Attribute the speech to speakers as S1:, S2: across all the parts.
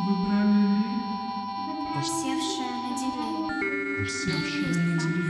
S1: Усевшая на деревья.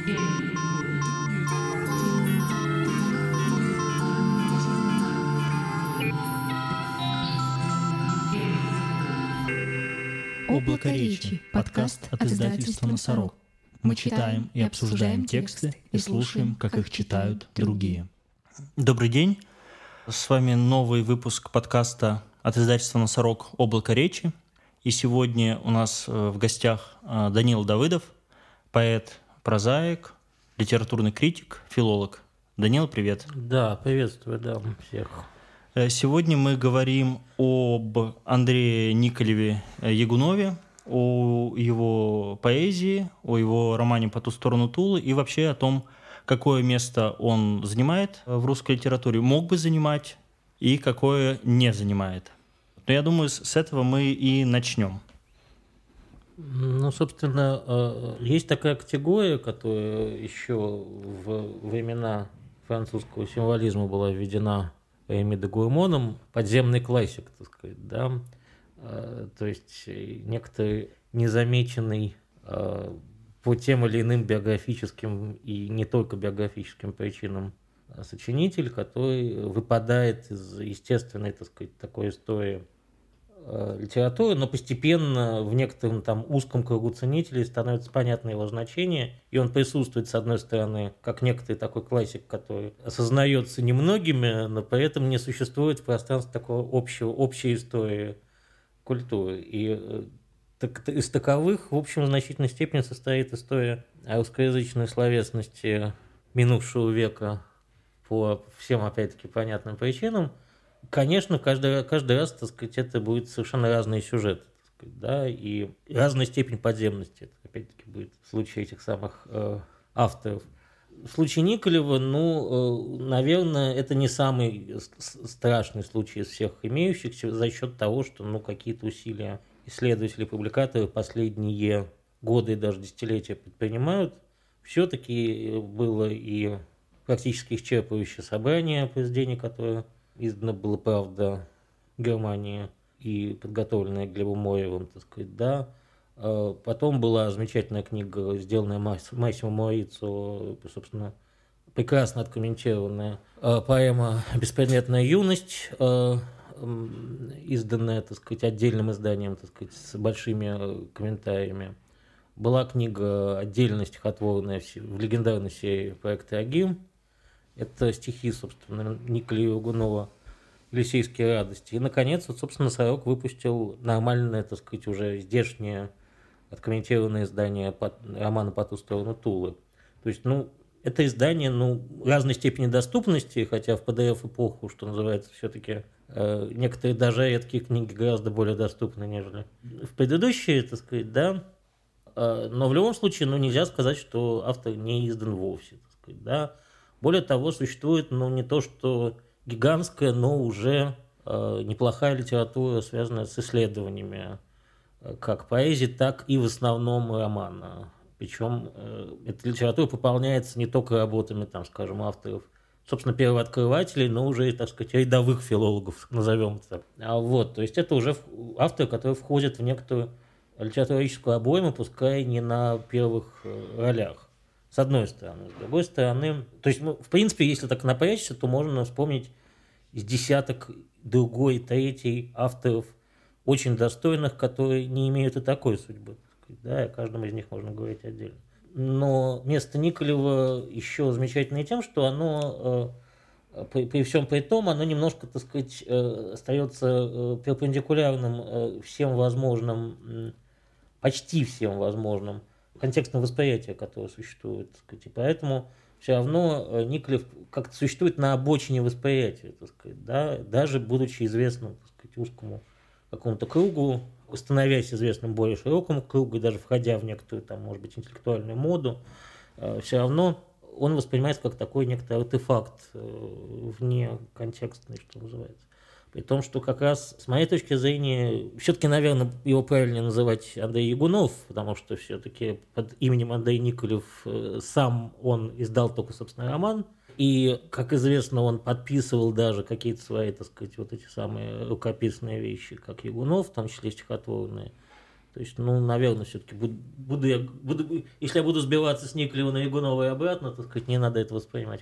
S2: «Облако речи» – подкаст от издательства «Носорог». Мы читаем и обсуждаем тексты и слушаем, как их читают другие.
S3: Добрый день. С вами новый выпуск подкаста от издательства «Носорог. Облако речи». И сегодня у нас в гостях Данил Давыдов, поэт, прозаик, литературный критик, филолог. Данил, привет.
S4: Да, приветствую, всех.
S3: Сегодня мы говорим об Андрее Николеве Ягунове, о его поэзии, о его романе «По ту сторону Тулы» и вообще о том, какое место он занимает в русской литературе, мог бы занимать и какое не занимает. Но я думаю, с этого мы и начнем.
S4: Ну, собственно, есть такая категория, которая еще в времена французского символизма была введена Реми де Гурмоном, подземный классик, так сказать, да, то есть некоторый незамеченный по тем или иным биографическим и не только биографическим причинам сочинитель, который выпадает из естественной, так сказать, такой истории литературы, но постепенно в некотором там узком кругу ценителей становится понятно его значение, и он присутствует, с одной стороны, как некоторый такой классик, который осознается немногими, но при этом не существует в пространстве такого общей истории культуры. И из таковых, в общем, в значительной степени состоит история русскоязычной словесности минувшего века по всем, опять-таки, понятным причинам. Конечно, каждый раз, так сказать, это будет совершенно разные сюжеты, так сказать, да, и разная степень подземности. Это, опять-таки, будет в случае этих самых авторов. В случае Николева, наверное, это не самый страшный случай из всех имеющихся за счет того, что, какие-то усилия исследователи, публикаторы последние годы и даже десятилетия предпринимают. Все-таки было и практически исчерпывающее собрание произведений, которое издано было, правда, в Германии и подготовленная Глебом Моевым, так сказать, да. Потом была замечательная книга, сделанная Массимо Моурицо, собственно, прекрасно откомментированная поэма «Беспредметная юность», изданная, так сказать, отдельным изданием, так сказать, с большими комментариями. Была книга отдельно стихотворная в легендарной серии проекта «Агим». Это стихи, собственно, Николя Ягунова «Елисейские радости». И, наконец, собственно, «Носорог» выпустил нормальное, так сказать, уже здешнее откомментированное издание романа «По ту сторону Тулы». То есть, это издание, разной степени доступности, хотя в PDF-эпоху, что называется, все-таки некоторые даже редкие книги гораздо более доступны, нежели в предыдущие, так сказать, да. Но в любом случае, нельзя сказать, что автор не издан вовсе, так сказать, да. Более того, существует, не то что гигантская, но уже неплохая литература, связанная с исследованиями как поэзии, так и в основном романа. Причем эта литература пополняется не только работами, там, скажем, авторов, собственно, первооткрывателей, но уже, так сказать, рядовых филологов, назовем так. То есть это уже авторы, которые входят в некоторую литературоведческую обойму, пускай не на первых ролях. С одной стороны. С другой стороны, то есть, в принципе, если так напрячься, то можно вспомнить из десяток другой, третий авторов, очень достойных, которые не имеют и такой судьбы. Да, и о каждом из них можно говорить отдельно. Но место Николева еще замечательно тем, что оно, при всем при том, оно немножко, так сказать, остается перпендикулярным всем возможным, почти всем возможным контекстного восприятия, которое существует, так сказать, и поэтому все равно Николев как-то существует на обочине восприятия, так сказать, да, даже будучи известным, так сказать, узкому какому-то кругу, становясь известным более широкому кругу, и даже входя в некоторую, там, может быть, интеллектуальную моду, все равно он воспринимается как такой некоторый артефакт вне контекстный, что называется. При том, что как раз, с моей точки зрения, все-таки, наверное, его правильнее называть Андрей Ягунов, потому что все-таки под именем Андрей Николев сам он издал только, собственно, роман И, как известно, он подписывал даже какие-то свои, так сказать, вот эти самые рукописные вещи, как Ягунов, в том числе стихотворные. То есть, ну, наверное, все-таки если я буду сбиваться с Николева на Ягунова и обратно, так сказать, не надо это воспринимать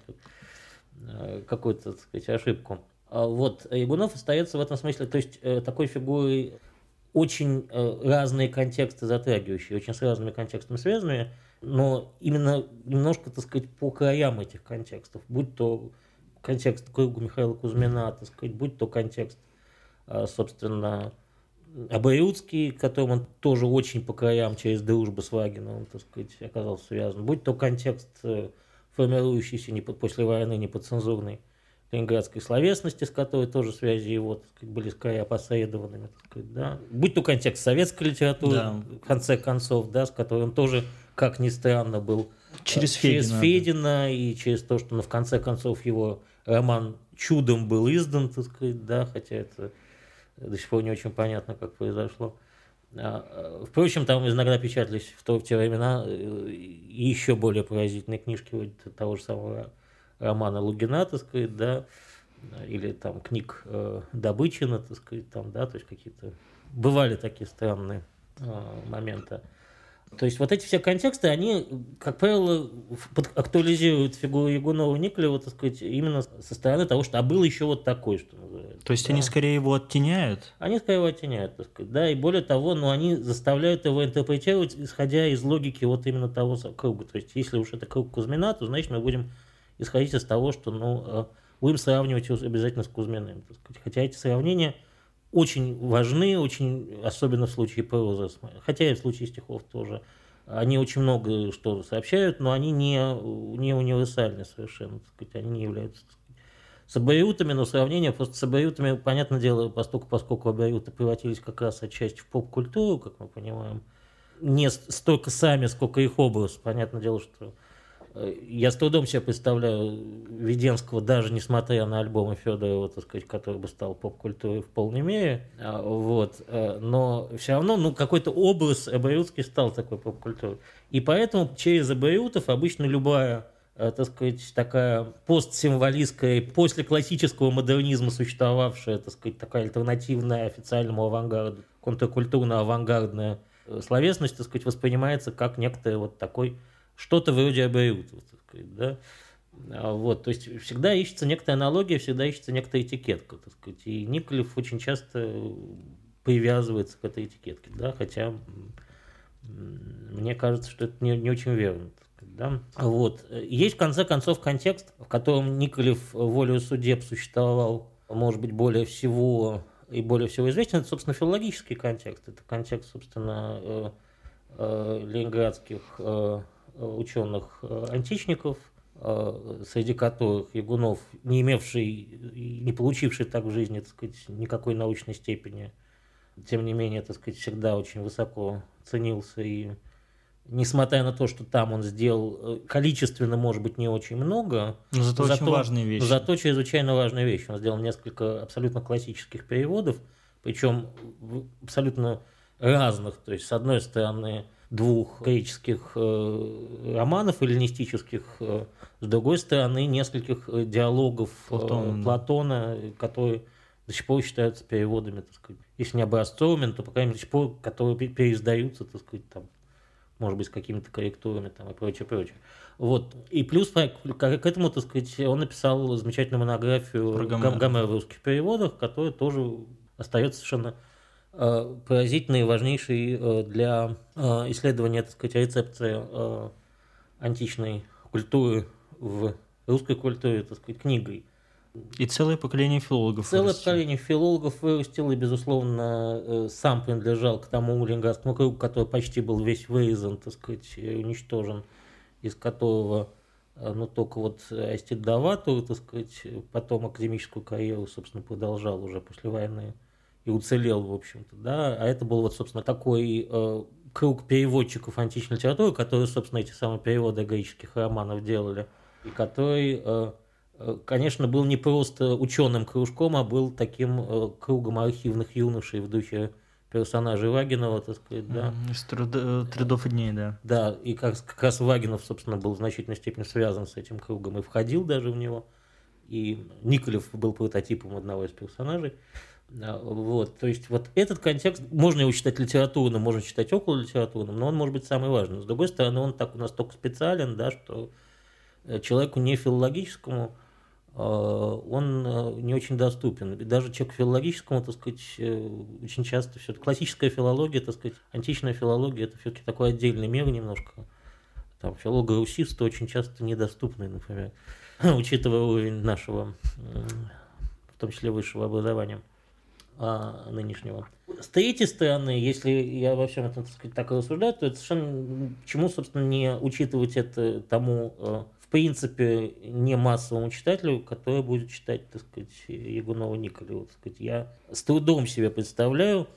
S4: как какую-то, так сказать, ошибку. Вот, Ягунов остается в этом смысле, то есть, такой фигурой очень разные контексты затрагивающие, очень с разными контекстами связанные, но именно немножко, так сказать, по краям этих контекстов, будь то контекст круга Михаила Кузьмина, так сказать, будь то контекст, собственно, Абайутский, которым он тоже очень по краям через дружбу с Вагиновым, так сказать, оказался связан, будь то контекст, формирующийся после войны неподцензурной ленинградской словесности, с которой тоже связи его, так сказать, были скорее опосредованными, так сказать, да. Будь то контекст советской литературы, да, в конце концов, да, с которой он тоже, как ни странно, был через Федина и через то, что, ну, в конце концов, его роман чудом был издан, так сказать, да, хотя это до сих пор не очень понятно, как произошло. Впрочем, там иногда печатались в те времена еще более поразительные книжки, вроде того же самого романа Лугина, так сказать, да, или там книг Добычина, так сказать, там, да, то есть какие-то бывали такие странные моменты. То есть вот эти все контексты, они, как правило, актуализируют фигуру Ягунова и Николева, так сказать, именно со стороны того, что был еще вот такой, что называется.
S3: То есть
S4: да.
S3: Они скорее его оттеняют?
S4: Они скорее его оттеняют, так сказать, да, и более того, ну, они заставляют его интерпретировать, исходя из логики вот именно того круга. То есть если уж это круг Кузьмина, то, значит, мы будем исходить из того, что, ну, будем сравнивать его обязательно с Кузьминым, так сказать. Хотя эти сравнения очень важны, очень, особенно в случае прозы, хотя и в случае стихов тоже. Они очень много что сообщают, но они не универсальны совершенно, так сказать, они не являются, так сказать, с абориутами, но сравнение просто с абориутами, понятное дело, поскольку абориуты превратились как раз отчасти в поп-культуру, как мы понимаем, не столько сами, сколько их образ. Понятное дело, что я с трудом себе представляю Веденского, даже несмотря на альбомы Федорова, так сказать, который бы стал поп-культурой в полной мере, вот, но все равно, ну, какой-то образ абориутский стал такой поп-культурой. И поэтому через абориутов обычно любая, так сказать, такая постсимволистская, после классического модернизма существовавшая, так сказать, такая альтернативная официальному авангарду, контркультурно-авангардная словесность, так сказать, воспринимается как некоторый вот такой что-то вроде абориутов, так сказать, да. Вот, то есть всегда ищется некоторая аналогия, всегда ищется некоторая этикетка, так сказать, и Николев очень часто привязывается к этой этикетке, да, хотя мне кажется, что это не очень верно, так сказать, да. Вот. Есть в конце концов контекст, в котором Николев волею судеб существовал, может быть, более всего известен, это, собственно, филологический контекст, это контекст, собственно, ленинградских ученых-античников, среди которых Ягунов, не имевший и не получивший так в жизни, так сказать, никакой научной степени, тем не менее, так сказать, всегда очень высоко ценился. И несмотря на то, что там он сделал количественно, может быть, не очень много,
S3: но зато очень важные вещи.
S4: Зато чрезвычайно важные вещи. Он сделал несколько абсолютно классических переводов, причем абсолютно разных. То есть, с одной стороны, двух греческих романов эллинистических, с другой стороны, нескольких диалогов Платона, которые до сих пор считаются переводами, так сказать, если не образцовыми, то, по крайней мере, до сих пор, которые переиздаются, так сказать, там, может быть, с какими-то корректурами там, и прочее. Вот. И плюс к этому, так сказать, он написал замечательную монографию Гомера в русских переводах, которая тоже остается совершенно поразительной и важнейшей для исследования, так сказать, рецепции античной культуры в русской культуре, так сказать, книгой.
S3: И целое поколение филологов
S4: вырастило, и, безусловно, сам принадлежал к тому ленинградскому кругу, который почти был весь вырезан, так сказать, уничтожен, из которого, ну, только вот Арстид Довлатов, так сказать, потом академическую карьеру, собственно, продолжал уже после войны и уцелел, в общем-то, да, а это был вот, собственно, такой круг переводчиков античной литературы, которые, собственно, эти самые переводы греческих романов делали, и который, конечно, был не просто ученым кружком, а был таким кругом архивных юношей в духе персонажей Вагинова, так сказать, да.
S3: Из «Трудов и дней», да.
S4: Да, и как раз Вагинов, собственно, был в значительной степени связан с этим кругом и входил даже в него. И Николев был прототипом одного из персонажей. Вот, то есть вот этот контекст, можно его считать литературным, можно считать около литературным, но он может быть самый важный. С другой стороны, он так у нас настолько специален, да, что человеку не филологическому он не очень доступен. И даже человеку филологическому, так сказать, очень часто все классическая филология, так сказать, античная филология, это все-таки такой отдельный мир немножко. Там филолога-русиста очень часто недоступный, например, учитывая уровень нашего, в том числе высшего образования нынешнего. С третьей стороны, если я во всем этом, так сказать, так и рассуждаю, то это совершенно почему, собственно, не учитывать это тому, в принципе, не массовому читателю, который будет читать, так сказать, Ягунова-Николева. Так сказать, я с трудом себе представляю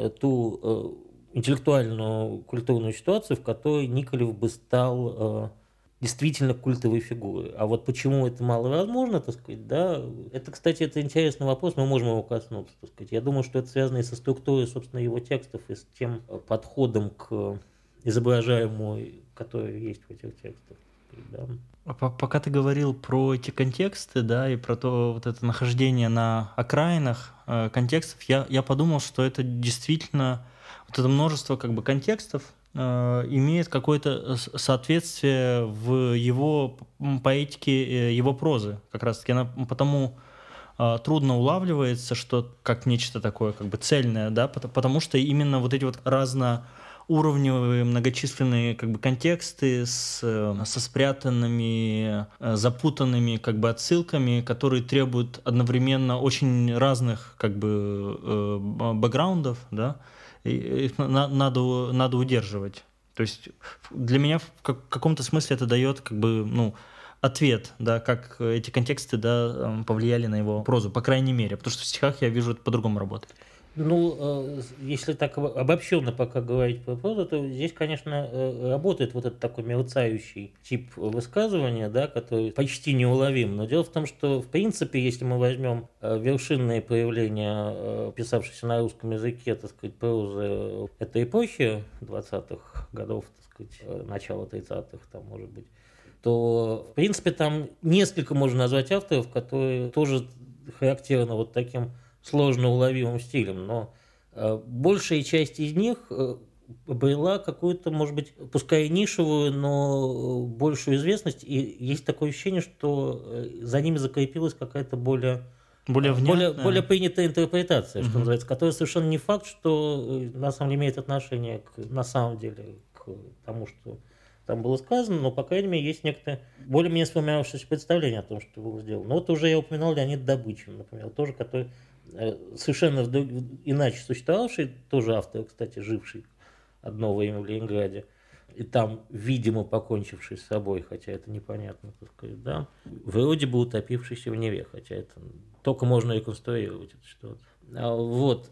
S4: ту интеллектуальную, культурную ситуацию, в которой Николев бы стал действительно культовой фигурой. А вот почему это маловозможно, так сказать, да, это, кстати, это интересный вопрос, мы можем его коснуться, так сказать. Я думаю, что это связано и со структурой, собственно, его текстов, и с тем подходом к изображаемому, который есть в этих текстах. Да.
S3: Пока ты говорил про эти контексты, да, и про то вот это нахождение на окраинах контекстов, я подумал, что это действительно вот это множество как бы контекстов имеет какое-то соответствие в его поэтике, его прозы. Как раз-таки она потому трудно улавливается, что как нечто такое как бы цельное, да, потому что именно вот эти вот разноуровневые многочисленные как бы контексты со спрятанными, запутанными как бы отсылками, которые требуют одновременно очень разных как бы бэкграундов, да, их надо удерживать. То есть для меня в каком-то смысле это дает как бы, ну, ответ, да, как эти контексты, да, повлияли на его прозу, по крайней мере, потому что в стихах я вижу это по-другому работает.
S4: Ну, если так обобщенно пока говорить про прозу, то здесь, конечно, работает вот этот такой мерцающий тип высказывания, да, который почти неуловим. Но дело в том, что, в принципе, если мы возьмем вершинные проявления, писавшиеся на русском языке, так сказать, прозы этой эпохи 20-х годов, так сказать, начала 30-х, там, может быть, то, в принципе, там несколько можно назвать авторов, которые тоже характерны вот таким сложно уловимым стилем, но большая часть из них обрела какую-то, может быть, пускай и нишевую, но большую известность, и есть такое ощущение, что за ними закрепилась какая-то более принятая интерпретация, что называется, которая совершенно не факт, что на самом деле имеет отношение на самом деле к тому, что там было сказано, но, по крайней мере, есть некоторое более-менее сформировавшееся представление о том, что было сделано. Но вот уже я упоминал Леонид Добычин, например, тоже, который совершенно иначе существовавший, тоже автор, кстати, живший одно время в Ленинграде, и там, видимо, покончивший с собой, хотя это непонятно, так сказать, да, вроде бы утопившийся в Неве, хотя это только можно реконструировать эту ситуацию. Вот,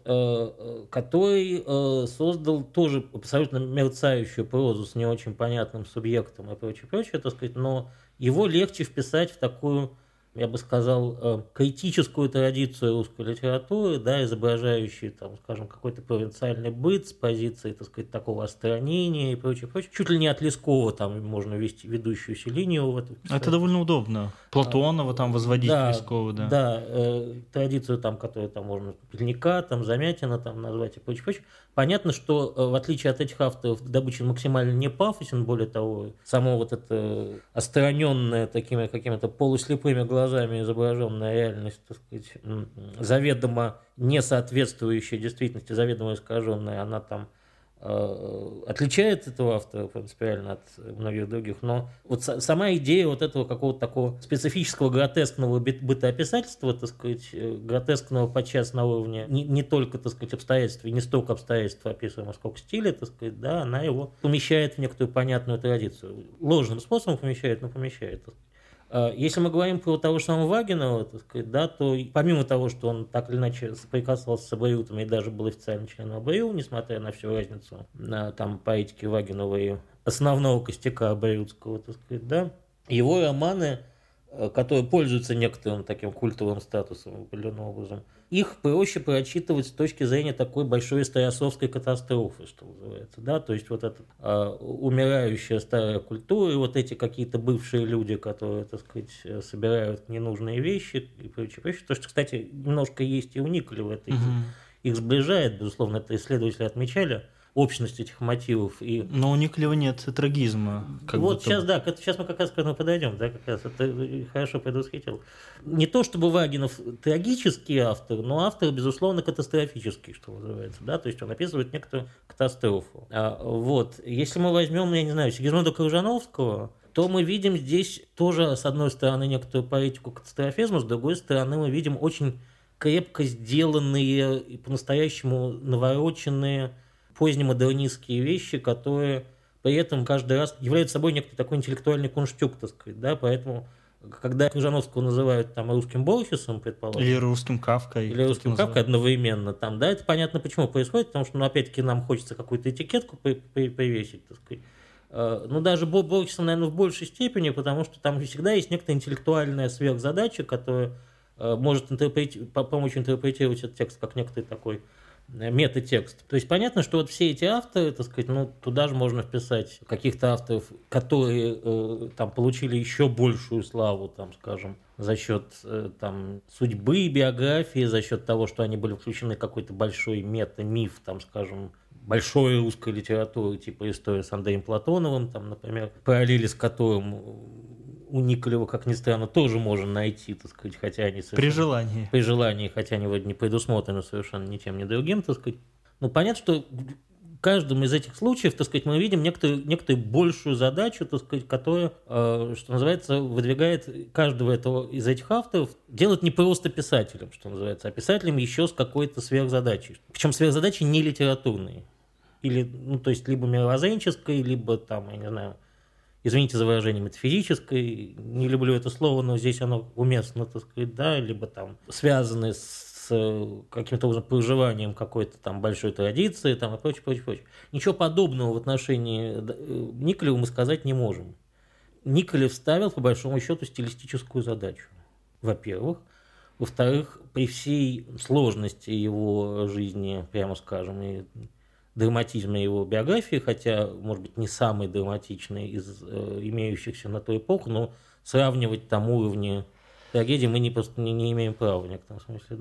S4: который создал тоже абсолютно мерцающую прозу с не очень понятным субъектом и прочее, так сказать, но его легче вписать в такую, я бы сказал, критическую традицию русской литературы, да, изображающую, там, скажем, какой-то провинциальный быт с позиции, так сказать, такого остранения и прочее. Чуть ли не от Лескова там можно вести ведущуюся линию в этом.
S3: Это довольно удобно. Платонова там возводить, да, Лескова, да.
S4: Да, традицию там, которую там можно Пельника, там Замятина там назвать и прочее. Понятно, что в отличие от этих авторов Добычин максимально не пафосен, более того, само вот это остраненное такими какими-то полуслепыми глазами изображенная реальность, так сказать, заведомо не соответствующая действительности, заведомо искаженная, она там отличает этого автора принципиально от многих других, но вот сама идея вот этого какого-то такого специфического гротескного бытоописательства, так сказать, гротескного подчас на уровне не только, так сказать, обстоятельств, и не столько обстоятельств описываемых, сколько стиля, так сказать, да, она его помещает в некоторую понятную традицию. Ложным способом помещает, но помещает. Если мы говорим про того же самого Вагинова, так сказать, да, то помимо того, что он так или иначе соприкасывался с абориутами и даже был официальным членом абориу, несмотря на всю разницу там, поэтики Вагинова и основного костяка абориутского, так сказать, да, его романы, которые пользуются некоторым таким культовым статусом определенным образом, их проще прочитывать с точки зрения такой большой историосовской катастрофы, что называется, да, то есть вот эта умирающая старая культура и вот эти какие-то бывшие люди, которые, так сказать, собирают ненужные вещи и прочее. То, что, кстати, немножко есть и у Николева, это их сближает, безусловно, это исследователи отмечали, общность этих мотивов.
S3: Но у Николева нет трагизма.
S4: Вот сейчас, да, сейчас мы как раз к этому подойдем, да, как раз это хорошо предвосхитил. Не то чтобы Вагинов трагический автор, но автор, безусловно, катастрофический, что называется, да, то есть он описывает некоторую катастрофу. Вот, если мы возьмем, я не знаю, Сигизмунда Кружановского, то мы видим здесь тоже, с одной стороны, некоторую поэтику катастрофизма, с другой стороны, мы видим очень крепко сделанные и по-настоящему навороченные позднемодернистские вещи, которые при этом каждый раз являются собой некий такой интеллектуальный кунштюк, так сказать, да, поэтому, когда Крыжановского называют там русским Борхесом, предположим,
S3: или русским Кафкой,
S4: одновременно, там, да, это понятно, почему происходит, потому что, ну, опять-таки, нам хочется какую-то этикетку привесить, так сказать. Ну, даже Борхесом, наверное, в большей степени, потому что там всегда есть некая интеллектуальная сверхзадача, которая может помочь интерпретировать этот текст как некоторый такой метатекст. То есть понятно, что вот все эти авторы, так сказать, ну, туда же можно вписать каких-то авторов, которые там получили еще большую славу, там, скажем, за счет там судьбы, биографии, за счет того, что они были включены в какой-то большой мета-миф, там, скажем, большой русской литературы, типа история с Андреем Платоновым, там, например, параллели с которым у Николева, как ни странно, тоже можно найти, так сказать, хотя они совершенно... При желании, хотя они вроде не предусмотрены совершенно ничем, ни другим, так сказать. Ну, понятно, что в каждом из этих случаев, так сказать, мы видим некоторую большую задачу, так сказать, которая, что называется, выдвигает каждого из этих авторов делать не просто писателем, что называется, а писателем еще с какой-то сверхзадачей. Причем сверхзадачи не литературные. Или, ну, то есть, либо мировоззренческой, либо там, я не знаю, извините за выражение, метафизической, не люблю это слово, но здесь оно уместно, так сказать, да, либо там связаны с каким-то образом проживанием какой-то там большой традиции, там и прочее. Ничего подобного в отношении Николева мы сказать не можем. Николев ставил, по большому счету, стилистическую задачу, во-первых. Во-вторых, при всей сложности его жизни, прямо скажем, и драматизме его биографии, хотя, может быть, не самый драматичный из имеющихся на ту эпоху, но сравнивать там уровни трагедии мы просто не имеем права в некотором смысле,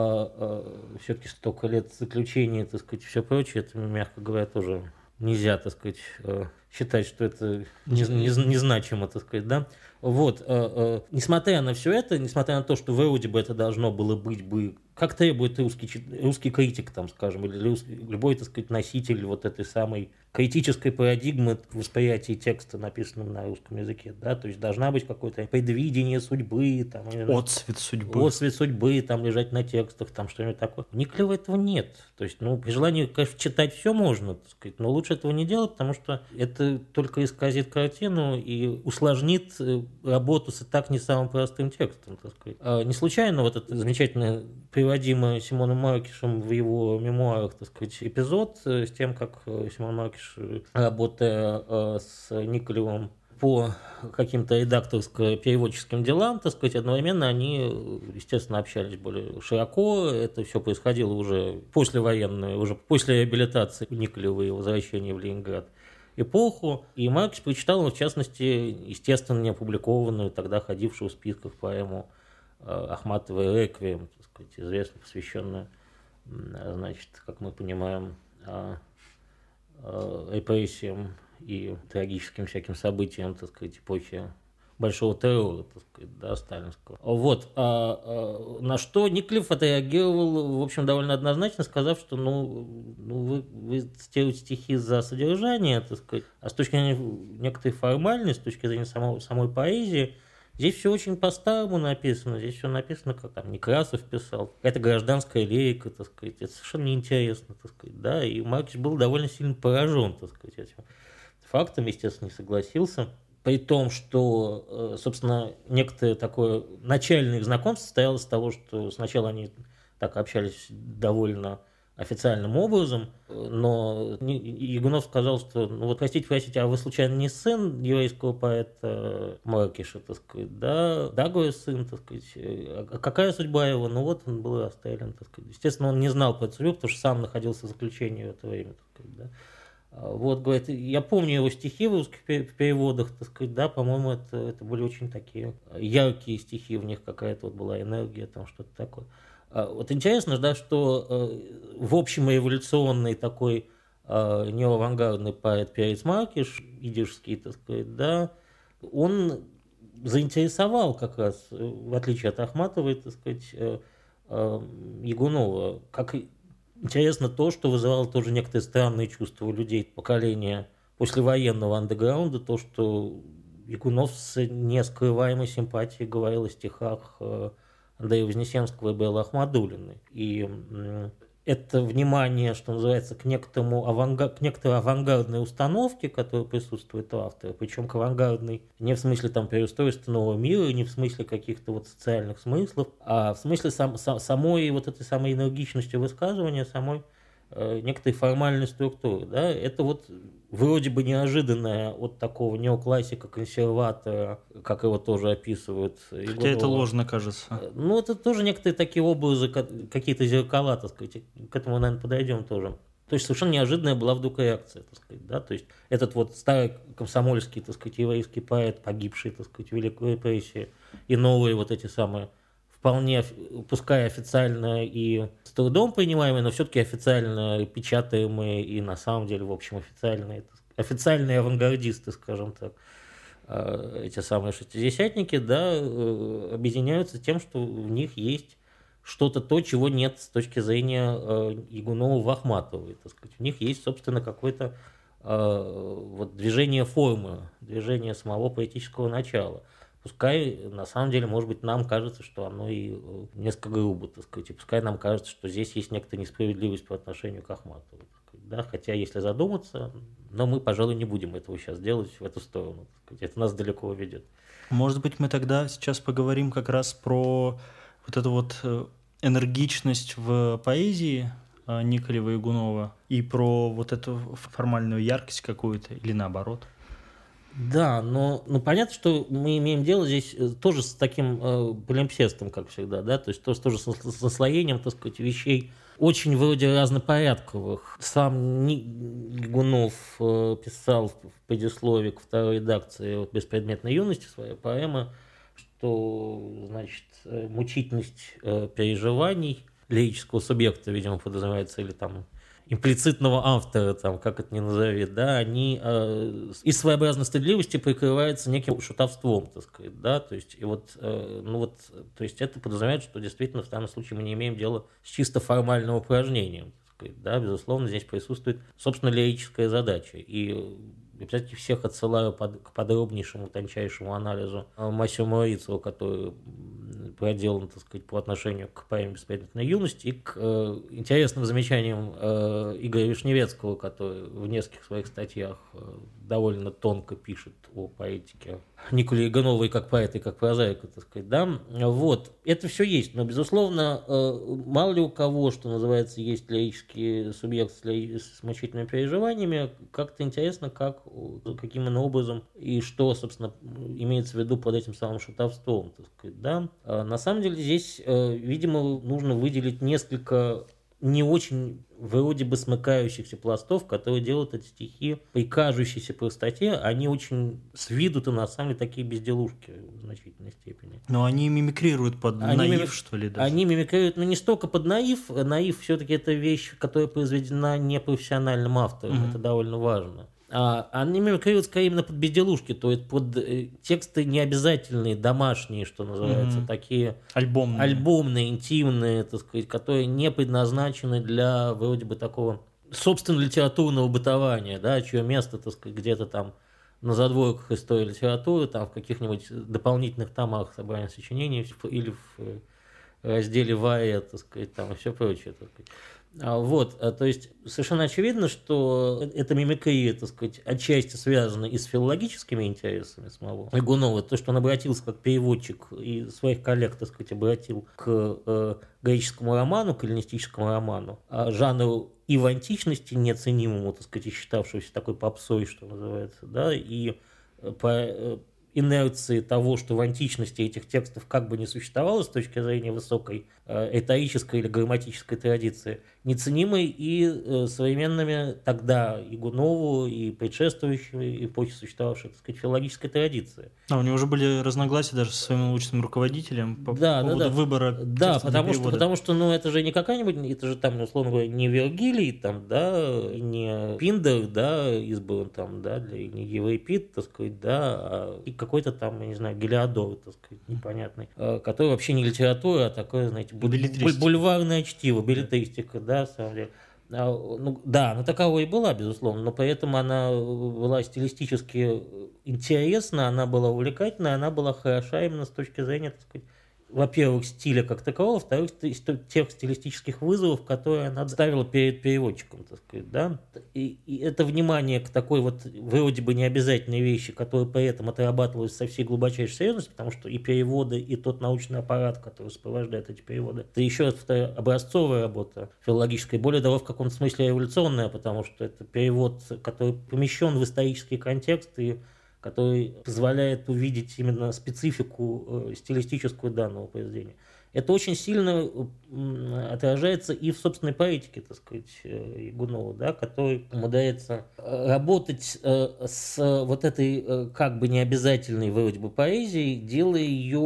S4: да. Все-таки столько лет заключения, так сказать, все прочее, это, мягко говоря, тоже нельзя, так сказать, считать, что это незначимо, так сказать, да. Вот, несмотря на все это, несмотря на то, что вроде бы это должно было быть бы, как требует русский критик, там, скажем, или любой, так сказать, носитель вот этой самой критической парадигмы восприятия текста, написанного на русском языке, да, то есть должна быть какое-то предвидение судьбы, там,
S3: отцвет судьбы,
S4: там, лежать на текстах, там, что-нибудь такое. У Николева этого нет, то есть, ну, при желании, конечно, читать все можно, так сказать, но лучше этого не делать, потому что это только исказит картину и усложнит работу с и так не самым простым текстом, так сказать. Не случайно вот это замечательное приводимый Симоном Маркишем в его мемуарах, так сказать, эпизод с тем, как Симон Маркиш, работая с Николевым по каким-то редакторско-переводческим делам, так сказать, одновременно они, естественно, общались более широко. Это все происходило уже послевоенную, уже после реабилитации Николева и возвращения в Ленинград эпоху. И Маркиш прочитал, в частности, естественно, не опубликованную, тогда ходившую в списках поэму Ахматовой «Реквием», так сказать, известно, посвященную, значит, как мы понимаем, репрессиям и трагическим всяким событиям, так сказать, эпохи большого террора, так сказать, да, сталинского. Вот. На что Николев отреагировал, в общем, довольно однозначно, сказав, что вы цитируете стихи за содержание, так сказать, а с точки зрения некоторой формальности, с точки зрения самой поэзии, здесь все очень по-старому написано, здесь все написано, как там Некрасов писал, это гражданская лирика, так сказать, это совершенно неинтересно, так сказать, да, и Маркиш был довольно сильно поражен, так сказать, этим фактом, естественно, не согласился, при том, что, собственно, некоторое такое начальное их знакомство состоялось из того, что сначала они так общались довольно официальным образом, но Ягунов сказал, что, ну вот, простите, а вы случайно не сын еврейского поэта Маркиша, так сказать, да, Дагуя сын, так сказать, а какая судьба его? Ну вот он был расстрелян, так сказать. Естественно, он не знал про эту судьбу, потому что сам находился в заключении в это время, так сказать, да. Вот, говорит, я помню его стихи в русских переводах, так сказать, да, по-моему, это были очень такие яркие стихи, в них какая-то вот была энергия, там что-то такое. Вот интересно, да, что в общем революционный такой неоавангардный поэт Перец Маркиш, идишский, так сказать, да, он заинтересовал как раз, в отличие от Ахматовой, так сказать, Ягунова, как интересно то, что вызывало тоже некоторые странные чувства у людей поколения послевоенного андеграунда, то, что Ягунов с нескрываемой симпатией говорил о стихах Андрея Вознесенского и Беллы Ахмадуллиной. И это внимание, что называется, к некоторой авангардной установке, которая присутствует у автора, причем к авангардной не в смысле там переустройства нового мира, не в смысле каких-то вот социальных смыслов, а в смысле самой вот этой самой энергичности высказывания, самой некоторой формальной структуры. Да? Это вот вроде бы неожиданное от такого неоклассика-консерватора, как его тоже описывают.
S3: Хотя
S4: Егорова.
S3: это ложно кажется.
S4: Ну, это тоже некоторые такие образы, какие-то зеркала, так сказать, к этому, наверное, подойдем тоже. То есть совершенно неожиданная была вдруг реакция, так сказать, да, то есть этот вот старый комсомольский, так сказать, еврейский поэт, погибший, так сказать, в Великой репрессии, и новые вот эти самые, вполне, пускай официально и с трудом принимаемые, но все-таки официально печатаемые и на самом деле, в общем, официальные авангардисты, скажем так, эти самые шестидесятники, да, объединяются тем, что в них есть что-то то, чего нет с точки зрения Ягунова в Ахматовой, так сказать. У них есть, собственно, какое-то вот движение формы, движение самого поэтического начала. Пускай, на самом деле, может быть, нам кажется, что оно и несколько грубо, так сказать, и пускай нам кажется, что здесь есть некоторая несправедливость по отношению к Ахматовой. Да? Хотя, если задуматься, но мы, пожалуй, не будем этого сейчас делать в эту сторону. Так сказать. Это нас далеко уведет.
S3: Может быть, мы тогда сейчас поговорим как раз про вот эту вот энергичность в поэзии Николева и Ягунова и про вот эту формальную яркость какую-то или наоборот.
S4: Да, но понятно, что мы имеем дело здесь тоже с таким полимпсестом, как всегда, да, то есть тоже с наслоением, так сказать, вещей очень вроде разнопорядковых. Сам Ягунов писал в предисловии к второй редакции вот «Беспредметной юности» своей поэмы, что, значит, мучительность переживаний лирического субъекта, видимо, подразумевается, или там имплицитного автора, там, как это ни назови, да, они из своеобразной стыдливости прикрываются неким шутовством, так сказать, да, то есть, и вот, то есть это подразумевает, что действительно в данном случае мы не имеем дела с чисто формальным упражнением, так сказать, да, безусловно, здесь присутствует, собственно, лирическая задача, и опять-таки всех отсылаю к подробнейшему, тончайшему анализу Масю Морицу, который проделан, так сказать, по отношению к поэме «Беспредметной юности», и к интересным замечаниям Игоря Вишневецкого, который в нескольких своих статьях довольно тонко пишет о поэтике Николы Ягуновой как поэта и как прозаика, так сказать, да, вот, это все есть, но, безусловно, мало ли у кого, что называется, есть лирический субъект с мучительными переживаниями, как-то интересно, каким именно образом и что, собственно, имеется в виду под этим самым шутовством, так сказать, да. На самом деле здесь, видимо, нужно выделить несколько не очень вроде бы смыкающихся пластов, которые делают эти стихи при кажущейся простоте, они очень с виду-то на самом деле такие безделушки в значительной степени.
S3: Но они мимикрируют под наив, что ли, даже? Они
S4: мимикрируют, но не столько под наив. Наив все-таки это вещь, которая произведена непрофессиональным автором, это довольно важно. Они мимикрируют скорее именно под безделушки, то есть под тексты необязательные, домашние, что называется, такие альбомные, интимные, так сказать, которые не предназначены для вроде бы такого собственно литературного бытования, да, чье место, так сказать, где-то там на задворках истории литературы, там в каких-нибудь дополнительных томах собрания сочинений или в разделе ВАЭ, так сказать, там и все прочее, так сказать. То есть совершенно очевидно, что эта мимикрия, так сказать, отчасти связана и с филологическими интересами самого Ягунова, то, что он обратился как переводчик и своих коллег, так сказать, обратил к греческому роману, к эллинистическому роману, жанру и в античности неоценимому, так сказать, и считавшегося такой попсой, что называется, да, и по инерции того, что в античности этих текстов как бы не существовало с точки зрения высокой риторической или грамматической традиции, неценимой и современными тогда Ягунову и предшествующей эпохи существовавшей, так сказать, филологической традиции.
S3: У него уже были разногласия даже со своим научным руководителем по поводу выбора текста для перевода.
S4: Потому что это же не какая-нибудь, это же там, условно говоря, не Вергилий, там, да, не Пиндер, да, избран там, да, не Еврипид, так сказать, да, и какой-то там, я не знаю, Гелиодор, так сказать, непонятный, который вообще не литература, а такое, знаете, бульварное чтиво, беллетристика, да, на самом деле. Она таковой и была, безусловно, но при этом она была стилистически интересна, она была увлекательна, она была хороша именно с точки зрения, так сказать, во-первых, стиля как такового, во-вторых, тех стилистических вызовов, которые она ставила перед переводчиком, так сказать, да. И это внимание к такой вот вроде бы необязательной вещи, которая при этом отрабатывалась со всей глубочайшей серьезностью, потому что и переводы, и тот научный аппарат, который сопровождает эти переводы, это еще раз повторяю, образцовая работа филологическая, более того, в каком-то смысле революционная, потому что это перевод, который помещен в исторический контекст и который позволяет увидеть именно специфику стилистическую данного произведения. Это очень сильно отражается и в собственной поэтике, так сказать, Ягунова, да, который умудряется работать с вот этой как бы необязательной вроде бы поэзией, делая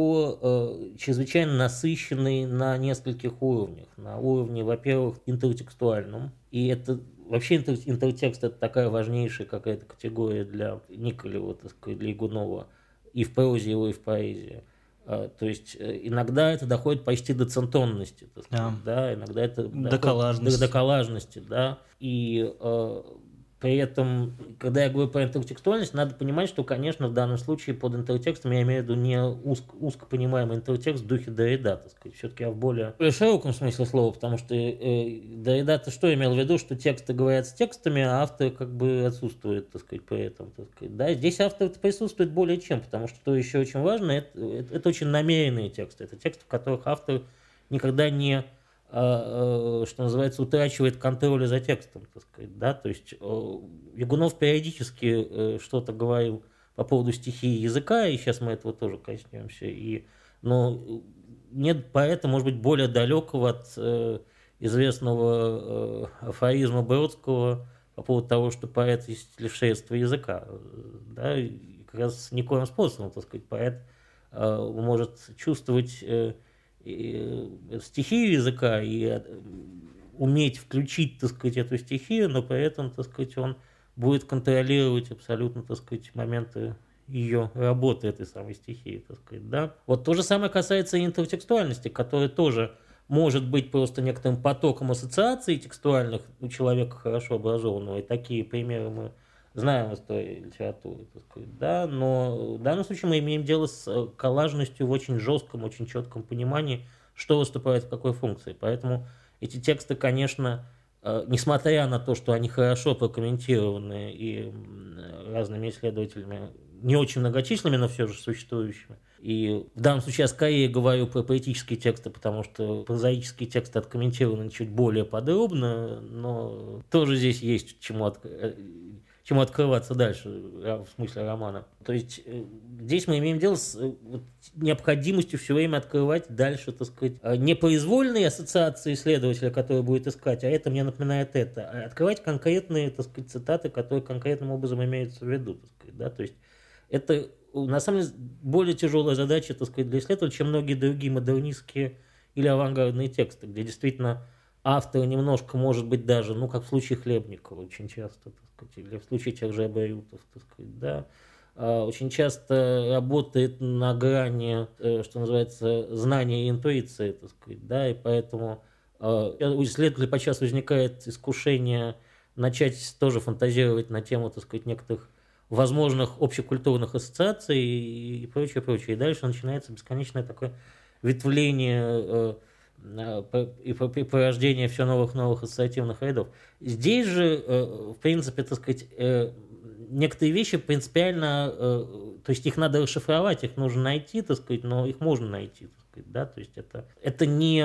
S4: ее чрезвычайно насыщенной на нескольких уровнях. На уровне, во-первых, интертекстуальном, и это вообще интертекст – это такая важнейшая какая-то категория для Николева, так сказать, для Ягунова, и в прозе его, и в поэзии. То есть иногда это доходит почти до центонности, так сказать, да, иногда это
S3: до коллажности.
S4: До коллажности, да, и при этом, когда я говорю про интертекстуальность, надо понимать, что, конечно, в данном случае под интертекстом я имею в виду не узко понимаемый интертекст в духе Derrida, так сказать, все-таки в более широком смысле слова, потому что Derrida-то что имел в виду, что тексты говорят с текстами, а автор как бы отсутствует, так сказать, при этом, так сказать, да, здесь автор присутствует более чем, потому что еще очень важно, это очень намеренные тексты, это тексты, в которых автор никогда не что называется, утрачивает контроль за текстом, так сказать, да, то есть Ягунов периодически что-то говорил по поводу стихии языка, и сейчас мы этого тоже коснемся, но нет поэта, может быть, более далекого от известного афоризма Бродского по поводу того, что поэт есть лишь средство языка, да, и как раз никоим способом, так сказать, поэт может чувствовать стихию языка и уметь включить, так сказать, эту стихию, но при этом, так сказать, он будет контролировать абсолютно, так сказать, моменты ее работы этой самой стихии, так сказать, да. Вот то же самое касается и интертекстуальности, которая тоже может быть просто некоторым потоком ассоциаций текстуальных у человека хорошо образованного, и такие примеры мы знаем в истории литературы, так сказать, да, но в данном случае мы имеем дело с коллажностью в очень жестком, очень четком понимании, что выступает в какой функции. Поэтому эти тексты, конечно, несмотря на то, что они хорошо прокомментированы и разными исследователями, не очень многочисленными, но все же существующими. И в данном случае я скорее говорю про поэтические тексты, потому что прозаические тексты откомментированы чуть более подробно, но тоже здесь есть чему открываться дальше, в смысле романа. То есть здесь мы имеем дело с необходимостью все время открывать дальше, так сказать, не произвольные ассоциации исследователя, который будет искать, а это мне напоминает это, а открывать конкретные, так сказать, цитаты, которые конкретным образом имеются в виду, так сказать, да, то есть это на самом деле более тяжелая задача, так сказать, для исследователя, чем многие другие модернистские или авангардные тексты, где действительно автор немножко, может быть, даже, как в случае Хлебникова очень часто, так сказать, или в случае тех же Абаютов, так сказать, да, очень часто работает на грани, что называется, знания и интуиции, так сказать, да, и поэтому у исследователя подчас возникает искушение начать тоже фантазировать на тему, так сказать, некоторых возможных общекультурных ассоциаций и прочее, прочее. И дальше начинается бесконечное такое ветвление и порождение все новых ассоциативных рядов. Здесь же, в принципе, так сказать, некоторые вещи принципиально, то есть их надо расшифровать, их нужно найти, так сказать, но их можно найти, так сказать, да, то есть это не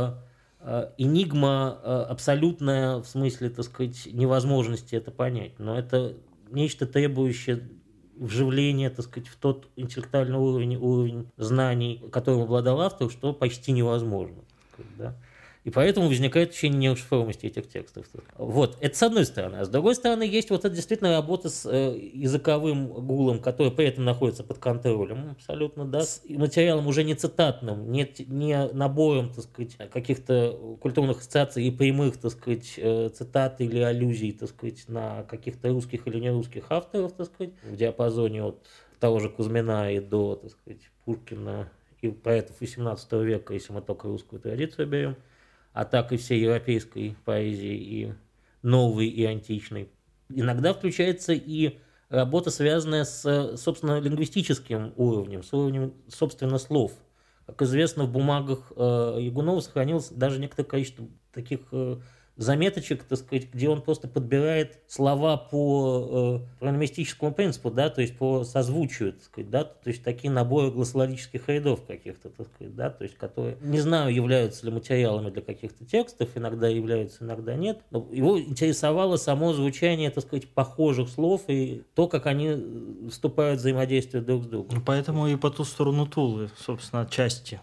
S4: энигма абсолютная в смысле, так сказать, невозможности это понять, но это нечто требующее вживления, так сказать, в тот интеллектуальный уровень знаний, которым обладал автор, что почти невозможно, так сказать, да. И поэтому возникает ощущение неушифруемости этих текстов. Вот, это с одной стороны. А с другой стороны, есть вот эта действительно работа с языковым гулом, который при этом находится под контролем, абсолютно, да, с материалом уже не цитатным, не набором, так сказать, каких-то культурных ассоциаций и прямых, так сказать, цитат или аллюзий, так сказать, на каких-то русских или нерусских авторов, так сказать, в диапазоне от того же Кузьмина и до, так сказать, Пушкина и поэтов XVIII века, если мы только русскую традицию берем, а так и всей европейской поэзии, и новой, и античной. Иногда включается и работа, связанная с, собственно, лингвистическим уровнем, с уровнем, собственно, слов. Как известно, в бумагах Ягунова сохранилось даже некоторое количество таких заметочек, так сказать, где он просто подбирает слова по прономастическому принципу, да, то есть по созвучию, так сказать, да, то есть такие наборы глоссологических рядов каких-то, так сказать, да, то есть которые, не знаю, являются ли материалами для каких-то текстов, иногда являются, иногда нет, но его интересовало само звучание, так сказать, похожих слов и то, как они вступают в взаимодействие друг с другом.
S3: Поэтому и по ту сторону Тулы, собственно, отчасти.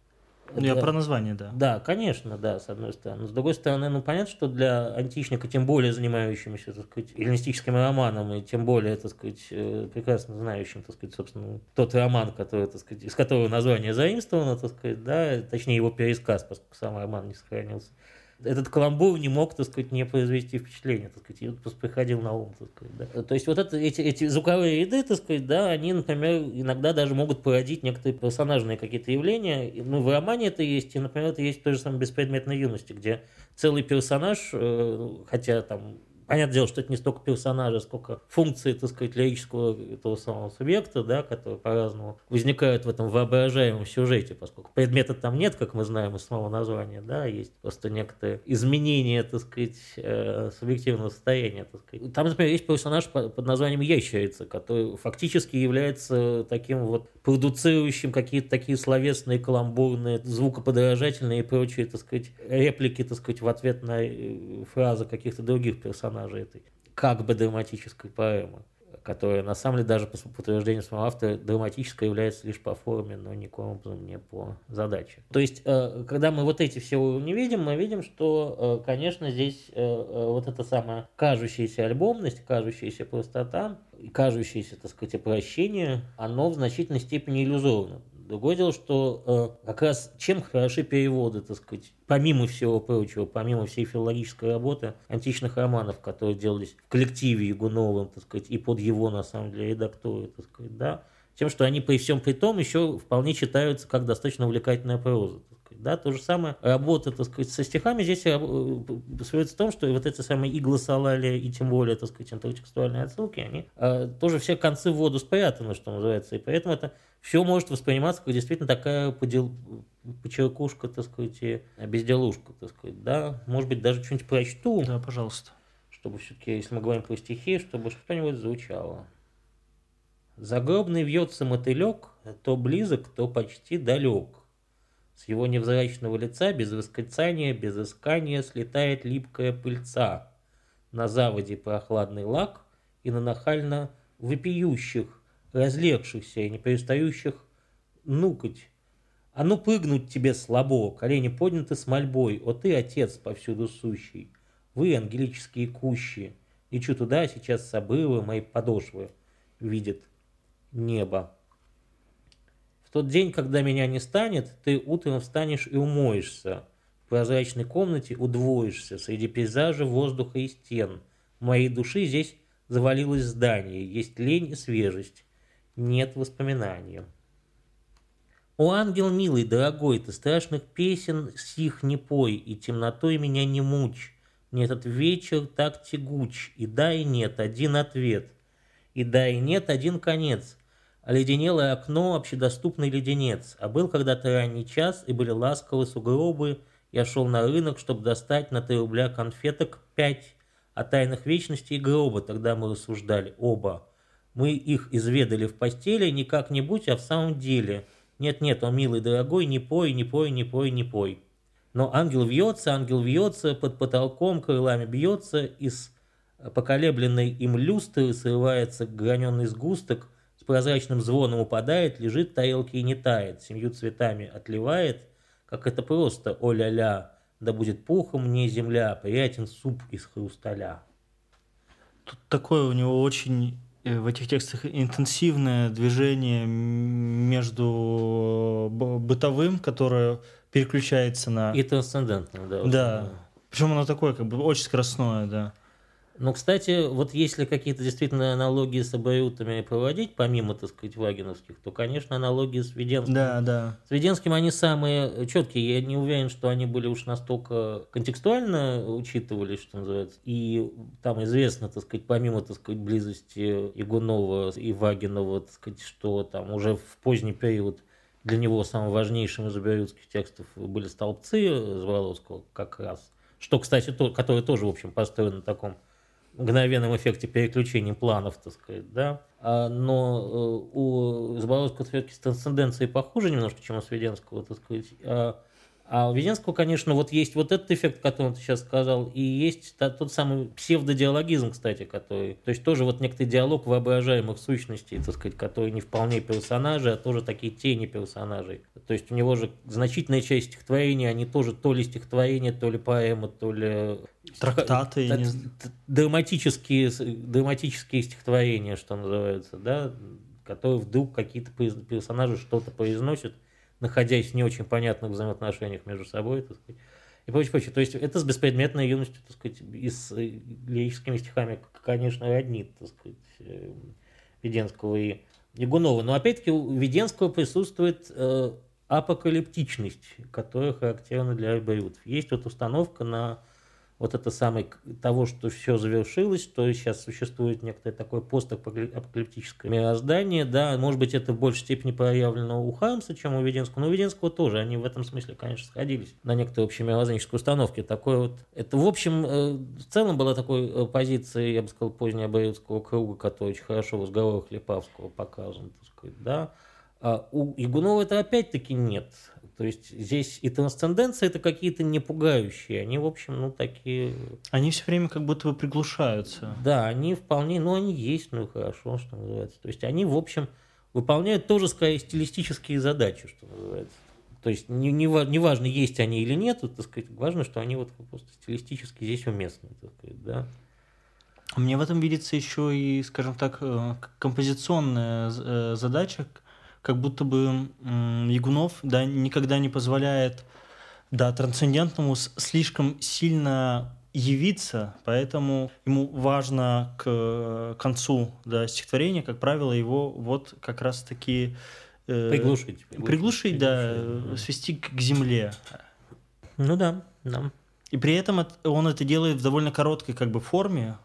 S3: Я про название, да.
S4: Да, конечно, да, с одной стороны. С другой стороны, ну, понятно, что для античника, тем более занимающимся, так сказать, эллинистическим романом, и тем более, так сказать, прекрасно знающим, так сказать, собственно, тот роман, который, так сказать, из которого название заимствовано, так сказать, да, точнее, его пересказ, поскольку сам роман не сохранился. Этот каламбур не мог, так сказать, не произвести впечатление, так сказать, и просто приходил на ум, так сказать, да. То есть вот эти звуковые ряды, так сказать, да, они, например, иногда даже могут породить некоторые персонажные какие-то явления. Ну, в романе это есть, и, например, это есть в той же самой «Беспредметной юности», где целый персонаж, хотя там понятное дело, что это не столько персонажа, сколько функции, так сказать, лирического этого самого субъекта, да, которые по-разному возникают в этом воображаемом сюжете, поскольку предмета там нет, как мы знаем из самого названия, да, есть просто некоторые изменения, так сказать, субъективного состояния, так сказать. Там, например, есть персонаж под названием Ящерица, который фактически является таким вот продуцирующим какие-то такие словесные, каламбурные, звукоподражательные и прочие, так сказать, реплики, так сказать, в ответ на фразы каких-то других персонажей этой как бы драматической поэмы, которая на самом деле даже по утверждению самого автора драматической является лишь по форме, но никаким образом не по задаче. То есть, когда мы вот эти все уровни видим, мы видим, что, конечно, здесь вот эта самая кажущаяся альбомность, кажущаяся простота, кажущееся, так сказать, упрощение, оно в значительной степени иллюзорно. Другое дело, что как раз чем хороши переводы, так сказать, помимо всего прочего, помимо всей филологической работы античных романов, которые делались в коллективе Ягуновым, так сказать, и под его, на самом деле, редактурой, так сказать, да, тем, что они при всем при том еще вполне читаются как достаточно увлекательная проза. Так сказать, да. То же самое работа, так сказать, со стихами здесь сводится в том, что вот эти самые иглосолалия и тем более, так сказать, интертекстуальные отсылки, они тоже все концы в воду спрятаны, что называется, и поэтому это все может восприниматься как действительно такая почеркушка, так сказать, и безделушка, так сказать, да. Может быть, даже что-нибудь прочту.
S3: Да, пожалуйста.
S4: Чтобы все-таки, если мы говорим про стихи, чтобы что-нибудь звучало. Загробный вьется мотылек, то близок, то почти далек. С его невзрачного лица без восклицания, без искания слетает липкая пыльца. На заводе прохладный лак и на нахально вопиющих, разлегшихся и не перестающих нукать. А ну прыгнуть тебе слабо, колени подняты с мольбой, о ты, отец повсюду сущий, вы, ангелические кущи, лечу туда, сейчас с обрыва мои подошвы видит небо. В тот день, когда меня не станет, ты утром встанешь и умоешься, в прозрачной комнате удвоишься, среди пейзажа, воздуха и стен. В моей души здесь завалилось здание, есть лень и свежесть. Нет воспоминания. О, ангел милый, дорогой, ты страшных песен сих не пой, и темнотой меня не мучь. Мне этот вечер так тягуч, и да, и нет, один ответ, и да, и нет, один конец. Оледенелое окно, общедоступный леденец. А был когда-то ранний час, и были ласковы сугробы. Я шел на рынок, чтобы достать на 3 рубля конфеток 5. О тайнах вечности и гроба тогда мы рассуждали оба. Мы их изведали в постели не как-нибудь, а в самом деле. Нет-нет, о милый дорогой, не пой, не пой, не пой, не пой. Но ангел вьется, под потолком крылами бьется, из поколебленной им люстры срывается граненый сгусток, с прозрачным звоном упадает, лежит в тарелке и не тает, 7 цветами отливает, как это просто, о-ля-ля, да будет пухом мне земля, приятен суп из хрусталя.
S3: Тут такое у него очень в этих текстах интенсивное движение между бытовым, которое переключается на...
S4: И трансцендентным, да.
S3: Да. Причем оно такое, как бы, очень скоростное, да.
S4: Ну, кстати, вот если какие-то действительно аналогии с абориутами проводить, помимо, так сказать, вагиновских, то, конечно, аналогии с Введенским.
S3: Да, да.
S4: С Введенским они самые четкие. Я не уверен, что они были уж настолько контекстуально учитывались, что называется. И там известно, так сказать, помимо, так сказать, близости Игунова и Вагинова, так сказать, что там уже в поздний период для него самым важнейшим из абориутских текстов были столбцы Заболоцкого как раз. Что, кстати, который тоже, в общем, построен на таком мгновенном эффекте переключения планов, так сказать, да. Но у Заболоцкого все-таки с трансценденцией похуже немножко, чем у Сведенского, так сказать. А у Введенского, конечно, вот есть вот этот эффект, который ты сейчас сказал, и есть тот самый псевдодиалогизм, кстати, который... То есть тоже вот некоторый диалог воображаемых сущностей, так сказать, которые не вполне персонажи, а тоже такие тени персонажей. То есть у него же значительная часть стихотворения, они тоже то ли стихотворения, то ли поэмы, то ли...
S3: Трактаты.
S4: Драматические стихотворения, что называется, да, которые вдруг какие-то персонажи что-то произносят, находясь в не очень понятных взаимоотношениях между собой, так сказать, и прочее, прочее. То есть это с беспредметной юностью, так сказать, и с лирическими стихами, конечно, роднит, так сказать, Введенского и Игунова. Но опять-таки у Введенского присутствует апокалиптичность, которая характерна для абориутов. Есть вот установка на вот это самое того, что все завершилось, что сейчас существует некоторое такое постапокалиптическое мироздание, да, может быть, это в большей степени проявлено у Хармса, чем у Введенского, но у Введенского тоже, они в этом смысле, конечно, сходились на некоторой общемировоззренческой установке. Такой вот, это, в общем, в целом была такой позиция, я бы сказал, позднего абориутского круга, который очень хорошо в разговорах Липавского показан, так сказать, да. А у Игунова это опять-таки нет. То есть здесь и трансценденция это какие-то не пугающие, они, в общем, ну, такие...
S3: Они все время как будто бы приглушаются.
S4: Да, они вполне, ну, они есть, ну, хорошо, что называется. То есть они, в общем, выполняют тоже, скорее, стилистические задачи, что называется. То есть не важно, есть они или нет, так сказать, важно, что они вот просто стилистически здесь уместны, так сказать, да.
S3: Мне в этом видится еще и, скажем так, композиционная задача, как будто бы Игунов, да, никогда не позволяет, да, трансцендентному слишком сильно явиться, поэтому ему важно к концу, да, стихотворения, как правило, его вот как раз-таки приглушить, да, свести к земле.
S4: Ну да, да.
S3: И при этом он это делает в довольно короткой как бы форме,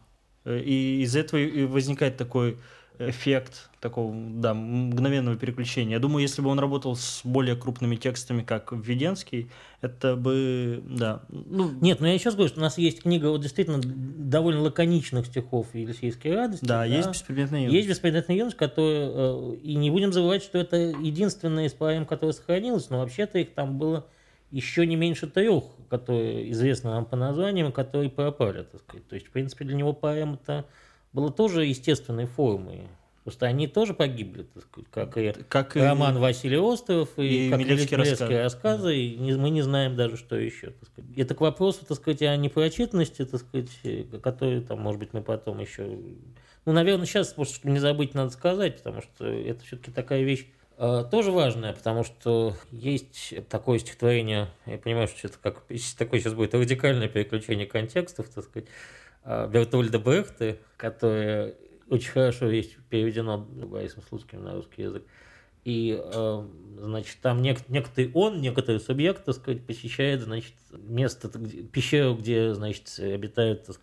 S3: и из этого и возникает такой эффект такого, да, мгновенного переключения. Я думаю, если бы он работал с более крупными текстами, как Введенский, это бы, да.
S4: Ну, нет, но я еще говорю, что у нас есть книга вот действительно довольно лаконичных стихов Елисейской радости.
S3: Да, есть «Беспредметная юность».
S4: Есть «Беспредметная юность», которая... И не будем забывать, что это единственная из поэм, которая сохранилась, но вообще-то их там было еще не меньше 3, которые известны нам по названиям, которые пропали, так сказать. То есть, в принципе, для него поэма-то было тоже естественной формой. Просто они тоже погибли, так сказать, как и роман Василий Остров, и как Милецкие рассказы, и мы не знаем даже, что еще. Так сказать. Это к вопросу, так сказать, о непрочетности, так сказать, который, там, может быть, мы потом еще... Ну, наверное, сейчас, может, не забыть надо сказать, потому что это все-таки такая вещь тоже важная, потому что есть такое стихотворение, я понимаю, что это как такое сейчас будет радикальное переключение контекстов, так сказать, Бертольда Брехта, которое очень хорошо есть переведено Борисом Слуцким на русский язык. И, значит, там некоторый субъект, так сказать, посещает, значит, место, пещеру, где, значит, обитают, так сказать,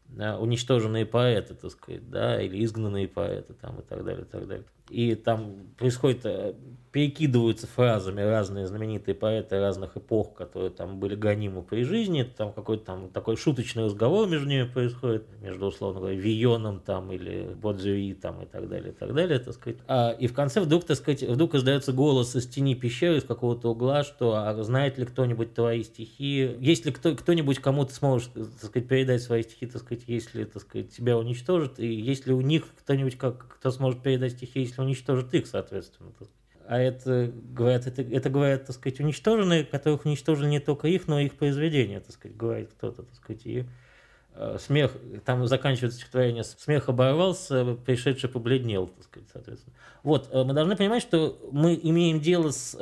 S4: уничтоженные поэты, так сказать, да, или изгнанные поэты, там, и так далее, и так далее. И там происходит, перекидываются фразами разные знаменитые поэты разных эпох, которые там были гонимы при жизни, там какой-то там такой шуточный разговор между ними происходит, между, условно говоря, Вийоном там или Бодзюи там и так далее, так сказать. И в конце вдруг, так сказать, вдруг раздается голос из тени пещеры, из какого-то угла, что знает ли кто-нибудь твои стихи, есть ли кто-нибудь, кому ты сможешь, так сказать, передать свои стихи, так сказать, если, так сказать, тебя уничтожат, и есть ли у них кто-нибудь, кто сможет передать стихи, если уничтожит их, соответственно. А это говорят, так сказать, уничтоженные, которых уничтожили не только их, но и их произведения, так сказать, говорит кто-то, так сказать, и смех, там заканчивается стихотворение, смех оборвался, пришедший побледнел, так сказать, соответственно. Вот, мы должны понимать, что мы имеем дело с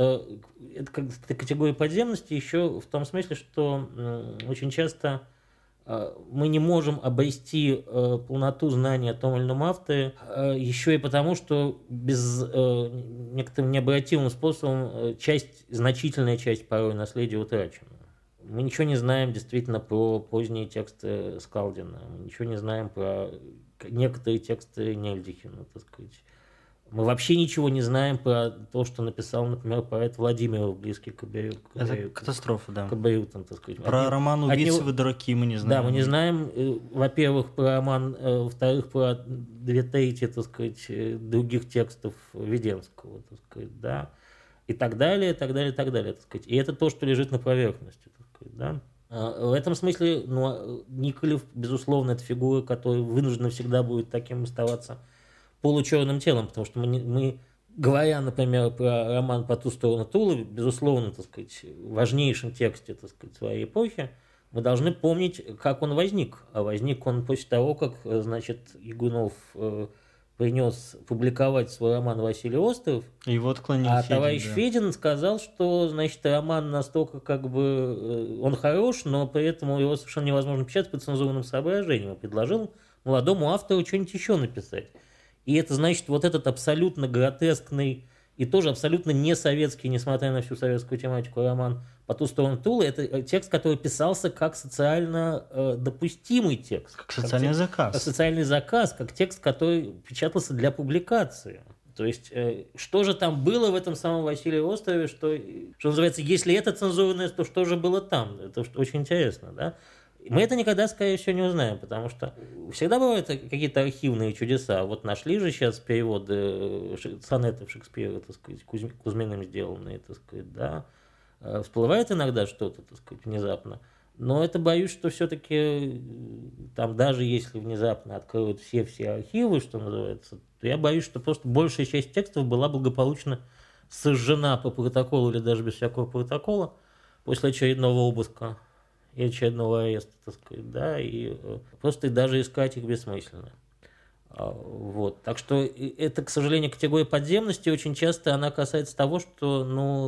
S4: категорией подземности еще в том смысле, что очень часто мы не можем обрести полноту знания о том или ином авторе еще и потому, что некоторым необратимым способом значительная часть порой наследия утрачена. Мы ничего не знаем действительно про поздние тексты Скалдина, мы ничего не знаем про некоторые тексты Нельдихина, так сказать. Мы вообще ничего не знаем про то, что написал, например, поэт Владимиров, близкий к Беютам.
S3: Это катастрофа, да.
S4: К Беютам, так сказать.
S3: Про роман «Убийцы вы дураки» мы не знаем.
S4: Да, мы не знаем, во-первых, про роман, во-вторых, про 2/3, так сказать, других текстов Веденского, так сказать, да, и так далее, так далее, так далее, так сказать. И это то, что лежит на поверхности, так сказать, да. В этом смысле, Николев, безусловно, это фигура, которая вынуждена всегда будет таким оставаться получерным телом, потому что мы, говоря, например, про роман «По ту сторону Тулы», безусловно, так сказать, в важнейшем тексте, так сказать, своей эпохи, мы должны помнить, как он возник. А возник он после того, как, значит, Ягунов принес публиковать свой роман «Василий Остров»,
S3: его отклонил
S4: а
S3: Федин,
S4: товарищ
S3: да.
S4: Федин сказал, что, значит, роман настолько как бы он хорош, но при этом его совершенно невозможно печатать по цензурным соображениям, и предложил молодому автору что-нибудь еще написать. И это значит, вот этот абсолютно гротескный и тоже абсолютно не советский, несмотря на всю советскую тематику, роман «По ту сторону Тулы» — это текст, который писался как социально допустимый текст.
S3: Как социальный заказ.
S4: Как социальный заказ, как текст, который печатался для публикации. То есть, что же там было в этом самом Василии Острове, что называется, если это цензурное, то что же было там? Это очень интересно, да? Мы это никогда, скорее всего, не узнаем, потому что всегда бывают какие-то архивные чудеса. Вот нашли же сейчас переводы сонетов Шекспира, так сказать, Кузьминым сделанные, так сказать, да. Всплывает иногда что-то, так сказать, внезапно. Но это, боюсь, что все-таки там, даже если внезапно откроют все архивы, что называется, то я боюсь, что просто большая часть текстов была благополучно сожжена по протоколу или даже без всякого протокола после очередного обыска и очередного ареста, так сказать, да, и просто даже искать их бессмысленно. Вот. Так что это, к сожалению, категория подземности очень часто она касается того, что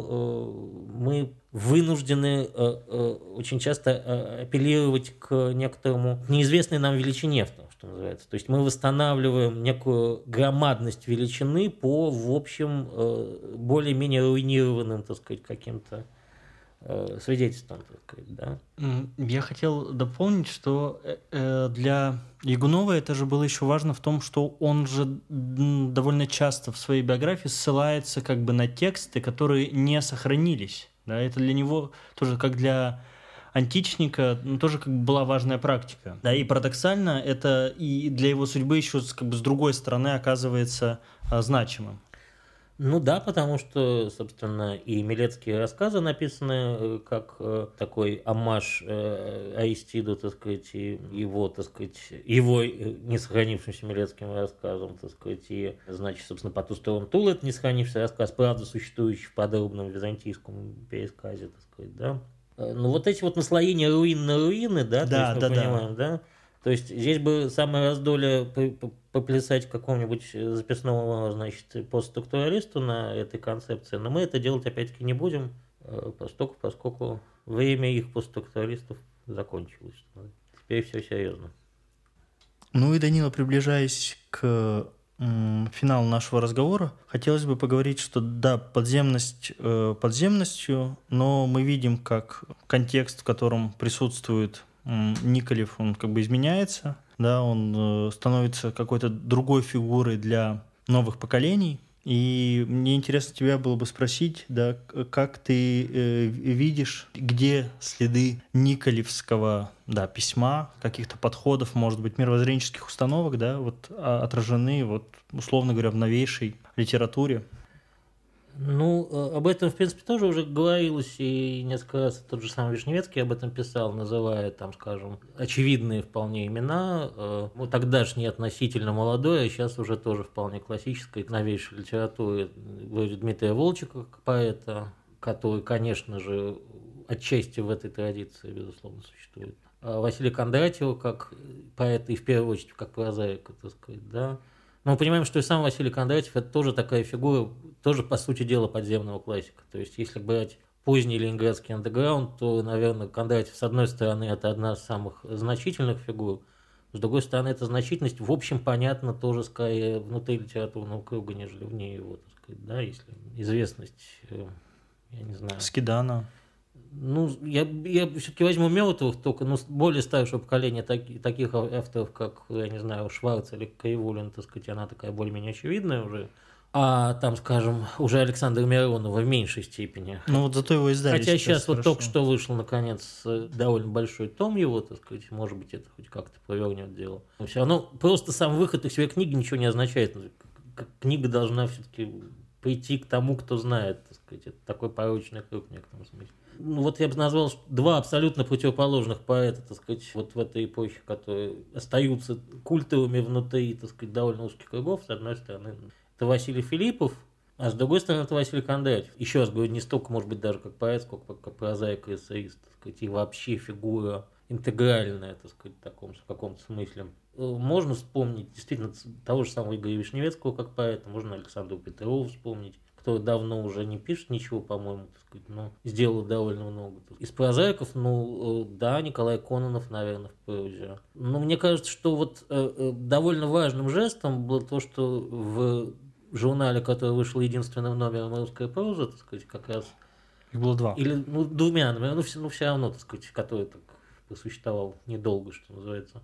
S4: мы вынуждены очень часто апеллировать к некоторому неизвестной нам величине, что называется. То есть мы восстанавливаем некую громадность величины по, в общем, более-менее руинированным, так сказать, каким-то свидетельством, так сказать, да.
S3: Я хотел дополнить, что для Ягунова это же было еще важно в том, что он же довольно часто в своей биографии ссылается как бы на тексты, которые не сохранились. Да? Это для него тоже, как для античника, тоже как бы была важная практика. Да, и парадоксально это и для его судьбы еще как бы с другой стороны оказывается значимым.
S4: Ну да, потому что, собственно, и Милецкие рассказы написаны как такой оммаж Аристиду, так сказать, и его, так сказать, его не сохранившимся Милецким рассказом, так сказать, и, значит, собственно, «По ту сторону Тулы» — это не сохранившийся рассказ, правда, существующий в подробном византийском пересказе, так сказать, да. Ну вот эти вот наслоения руин на руины, да,
S3: да,
S4: то есть мы понимаем, да. То есть здесь бы самое раздолье поплясать какому-нибудь записному, значит, постструктуралисту на этой концепции, но мы это делать опять-таки не будем, поскольку время их постструктуралистов закончилось. Теперь все серьезно.
S3: Ну и, Данила, приближаясь к финалу нашего разговора, хотелось бы поговорить, что да, подземность подземностью, но мы видим, как контекст, в котором присутствует Николев, он как бы изменяется. да, он становится какой-то другой фигурой для новых поколений. И мне интересно тебя было бы спросить, да, как ты видишь, где следы николевского, да, письма, каких-то подходов, может быть, мировоззренческих установок, да, вот отражены, вот, условно говоря, в новейшей литературе?
S4: Ну, об этом, в принципе, тоже уже говорилось, и несколько раз тот же самый Вишневецкий об этом писал, называя, там, скажем, очевидные вполне имена, тогдашний относительно молодой, а сейчас уже тоже вполне классической, новейшей литературы, вроде Дмитрия Волчика, как поэта, который, конечно же, отчасти в этой традиции, безусловно, существует. А Василия Кондратьева как поэта и, в первую очередь, как прозаика, так сказать, да. Но мы понимаем, что и сам Василий Кондратьев – это тоже такая фигура, тоже, по сути дела, подземного классика. То есть, если брать поздний ленинградский андеграунд, то, наверное, Кондратьев, с одной стороны, это одна из самых значительных фигур, с другой стороны, эта значительность, в общем, понятна тоже скорее внутри литературного круга, нежели вне его, так сказать, да, если известность, я не знаю.
S3: Скидана.
S4: Ну, я все-таки возьму мертвых, только более старшего поколения таких авторов, как, я не знаю, Шварц или Кривулин, так сказать, она такая более-менее очевидная уже. А там, скажем, уже Александр Миронов в меньшей степени.
S3: Ну, вот зато его издали.
S4: Хотя сейчас вот только что вышел, наконец, довольно большой том его, так сказать, может быть, это хоть как-то повернет дело. Но все равно просто сам выход их своей книги ничего не означает. Книга должна все-таки прийти к тому, кто знает, так сказать. Это такой порочный круг в некотором смысле. Ну, вот я бы назвал два абсолютно противоположных поэта, так сказать, вот в этой эпохе, которые остаются культовыми внутри, так сказать, довольно узких кругов, с одной стороны. Это Василий Филиппов, а с другой стороны, это Василий Кондратьев. Еще раз говорю, не столько, может быть, даже как поэт, сколько как прозаик и эссеист, так сказать, и вообще фигура интегральная, так сказать, в каком-то смысле. Можно вспомнить действительно того же самого Игоря Вишневецкого как поэта, можно Александру Петрову вспомнить, который давно уже не пишет ничего, по-моему, так сказать, но сделал довольно много. Из прозаиков, да, Николай Кононов, наверное, в прозе. Но мне кажется, что вот довольно важным жестом было то, что в журнале, который вышел единственным номером «Русская проза», так сказать, как раз...
S3: Их было два.
S4: Или, двумя номерами, все равно, так сказать, который так просуществовал недолго, что называется.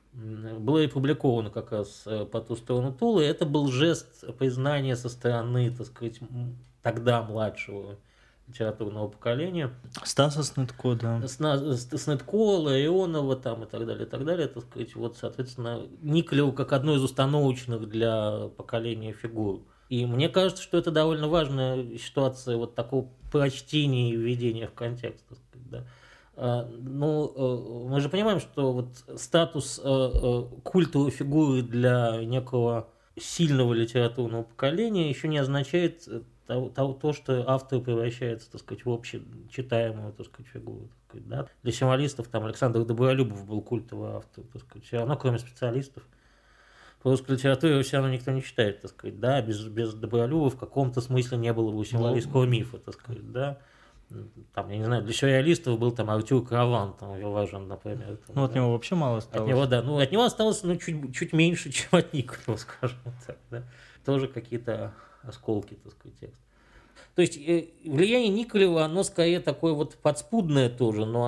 S4: Было опубликовано как раз «По ту сторону Тулы». Это был жест признания со стороны, так сказать, тогда младшего литературного поколения.
S3: Стаса Снытко, да.
S4: Снытко, Ларионова там и так далее, так сказать. Вот, соответственно, Николеву как одной из установочных для поколения фигур. И мне кажется, что это довольно важная ситуация вот такого прочтения и введения в контекст, так сказать, да. Мы же понимаем, что вот статус культовой фигуры для некого сильного литературного поколения еще не означает то, что автор превращается, так сказать, в общечитаемую, так сказать, фигуру. Так сказать, да? Для символистов там Александр Добролюбов был культовый автор, так сказать, все равно, кроме специалистов. По русской литературе его все равно никто не читает, так сказать, да, без Добролюбова в каком-то смысле не было бы символистского мифа, так сказать, да. Там, я не знаю, для сюрреалистов был там Артюр Караван, там, важен, например. Там,
S3: от него вообще мало осталось.
S4: От него, да, от него осталось, чуть меньше, чем от Николева, скажем так, да. Тоже какие-то осколки, так сказать, текста. То есть влияние Николева, оно скорее такое вот подспудное тоже, но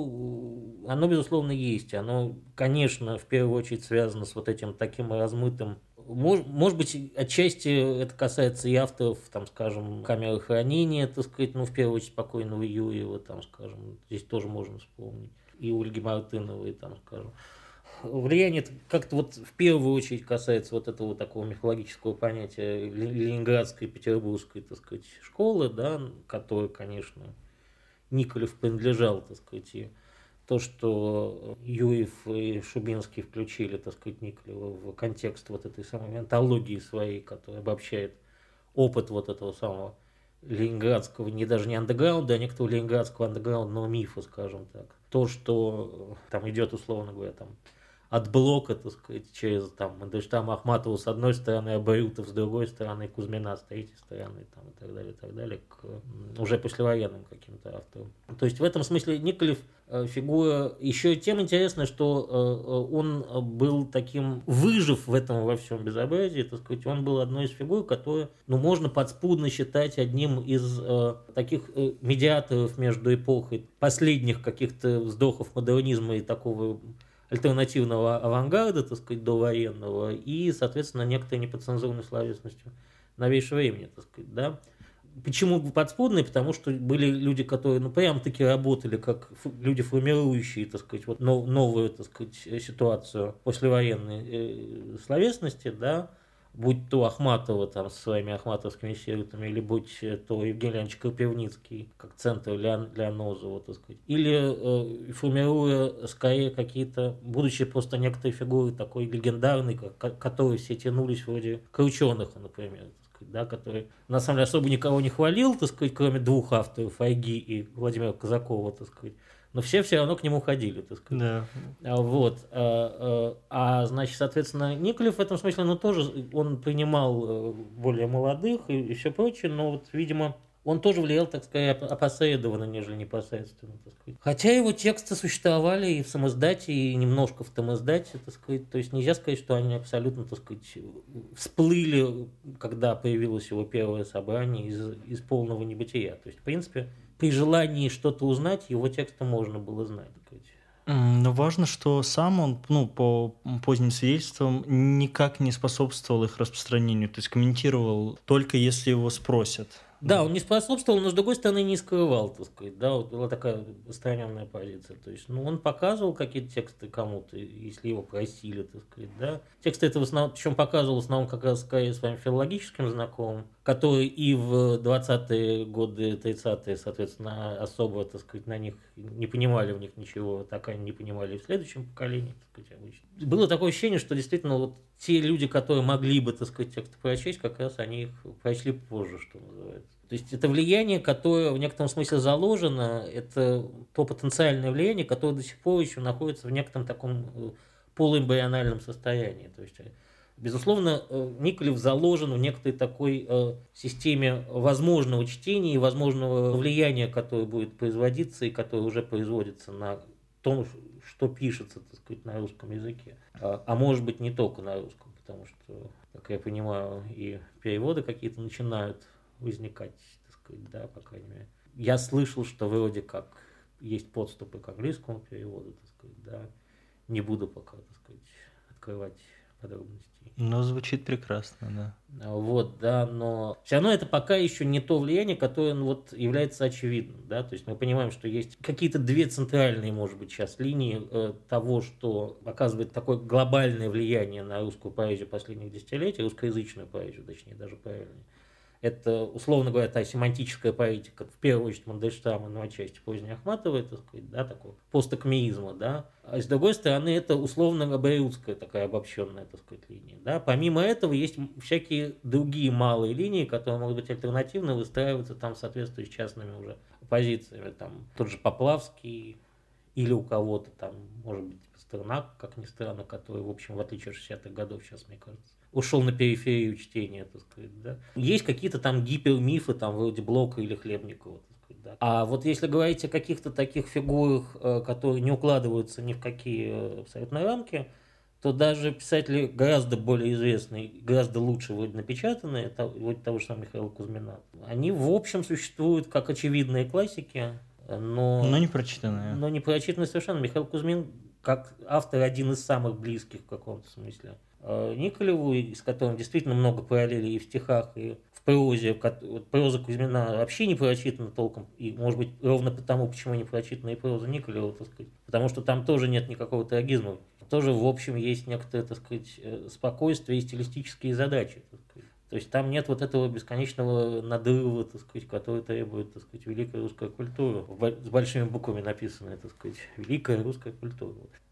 S4: оно безусловно есть. Оно, конечно, в первую очередь связано с вот этим таким размытым. Может быть, отчасти это касается и авторов, там, скажем, камеры хранения, так сказать, в первую очередь покойного Юрьева, там, скажем, здесь тоже можно вспомнить, и Ольги Мартыновой, там, скажем. Влияние как-то вот в первую очередь касается вот этого такого мифологического понятия ленинградской, петербургской, так сказать, школы, да, которой, конечно, Николев принадлежал, так сказать, и то, что Юрьев и Шубинский включили, так сказать, Николева в контекст вот этой самой антологии своей, которая обобщает опыт вот этого самого ленинградского, даже не андеграунда, а некоторого ленинградского андеграундного мифа, скажем так. То, что там идет, условно говоря, там от Блока, так сказать, через там Мандельштама, Ахматову с одной стороны, а Барютов с другой стороны, Кузьмина с третьей стороны, там, и так далее, к уже послевоенным каким-то авторам. То есть в этом смысле Николев фигура еще тем интересна, что он был таким, выжив в этом во всем безобразии, так сказать, он был одной из фигур, которую, можно подспудно считать одним из таких медиаторов между эпохой последних каких-то вздохов модернизма и такого альтернативного авангарда, так сказать, довоенного, и, соответственно, некоторой неподцензурной словесностью новейшего времени, так сказать, да. Почему подспудный? Потому что были люди, которые, прям-таки работали как люди, формирующие, так сказать, вот новую, так сказать, ситуацию послевоенной словесности, да, будь то Ахматова там со своими ахматовскими сиротами, или будь то Евгений Леонидович Крапивницкий, как центр Лианозова, так сказать, или формируя скорее какие-то, будучи просто некоторые фигуры такой легендарной, которые все тянулись вроде Крученых, например, да, который на самом деле особо никого не хвалил, так сказать, кроме двух авторов, Айги и Владимира Казакова, так сказать, но все равно к нему ходили, так сказать. Да. Вот. Значит, соответственно, Николев в этом смысле, тоже он принимал более молодых и все прочее, но вот, видимо, он тоже влиял, так сказать, опосредованно, нежели непосредственно, так сказать. Хотя его тексты существовали и в самоиздате, и немножко в томиздате, так сказать. То есть нельзя сказать, что они абсолютно, так сказать, всплыли, когда появилось его первое собрание из полного небытия. То есть, в принципе, при желании что-то узнать, его тексты можно было знать, так сказать.
S3: Но важно, что сам он, по поздним свидетельствам, никак не способствовал их распространению, то есть комментировал только если его спросят.
S4: Да, он не способствовал, но с другой стороны не скрывал, так сказать, да, вот была такая отстраненная позиция, то есть, он показывал какие-то тексты кому-то, если его просили, так сказать, да. Тексты это в основном, причем показывал в основном как раз скорее своим филологическим знакомым, которые и в 20-е годы, 30-е, соответственно, особо, так сказать, на них не понимали в них ничего, так они не понимали и в следующем поколении, так сказать, обычно. Было такое ощущение, что действительно вот те люди, которые могли бы, так сказать, тексты прочесть, как раз они их прочли позже, что называется. То есть это влияние, которое в некотором смысле заложено, это то потенциальное влияние, которое до сих пор еще находится в некотором таком полуэмбриональном состоянии. То есть, безусловно, Николев заложен в некоторой такой системе возможного чтения и возможного влияния, которое будет производиться и которое уже производится на том, что пишется, так сказать, на русском языке. А может быть, не только на русском, потому что, как я понимаю, и переводы какие-то начинают возникать, так сказать, да, по крайней мере. Я слышал, что вроде как есть подступы к английскому переводу, так сказать, да. Не буду пока, так сказать, открывать подробностей.
S3: Но звучит прекрасно, да.
S4: Вот, да, но все равно это пока еще не то влияние, которое является очевидным, да, то есть мы понимаем, что есть какие-то две центральные, может быть, сейчас линии того, что оказывает такое глобальное влияние на русскую поэзию последних десятилетий, русскоязычную поэзию, точнее, даже правильнее. Это, условно говоря, та семантическая поэтика, в первую очередь Мандельштама, но отчасти поздней Ахматовой, так сказать, да, такого постакмеизма, да. А с другой стороны, это условно абериутская такая обобщенная, так сказать, линия, да. Помимо этого, есть всякие другие малые линии, которые могут быть альтернативны, выстраиваться там в соответствии с частными уже позициями, там тот же Поплавский или у кого-то там, может быть, Пастернак, как ни странно, который, в общем, в отличие от 60-х годов сейчас, мне кажется, ушел на периферию чтения, так сказать, да. Есть какие-то там гипермифы, там, вроде Блока или Хлебникова, так сказать, да. А вот если говорить о каких-то таких фигурах, которые не укладываются ни в какие абсолютно рамки, то даже писатели гораздо более известные, гораздо лучше вроде напечатанные, вроде того же самого Михаила Кузьмина, они, в общем, существуют как очевидные классики, но
S3: не прочитанные.
S4: Но не прочитанные совершенно. Михаил Кузьмин, как автор, один из самых близких в каком-то смысле Николеву, с которым действительно много параллелей и в стихах, и в прозе. Проза Кузьмина вообще не прочитана толком, и, может быть, ровно потому, почему не прочитана и проза Николева, так сказать, потому что там тоже нет никакого трагизма. Тоже, в общем, есть некоторое, так сказать, спокойствие и стилистические задачи, так сказать. То есть там нет вот этого бесконечного надрыва, так сказать, который требует, так сказать, великая русская культура. С большими буквами написанная, так сказать, великая русская культура.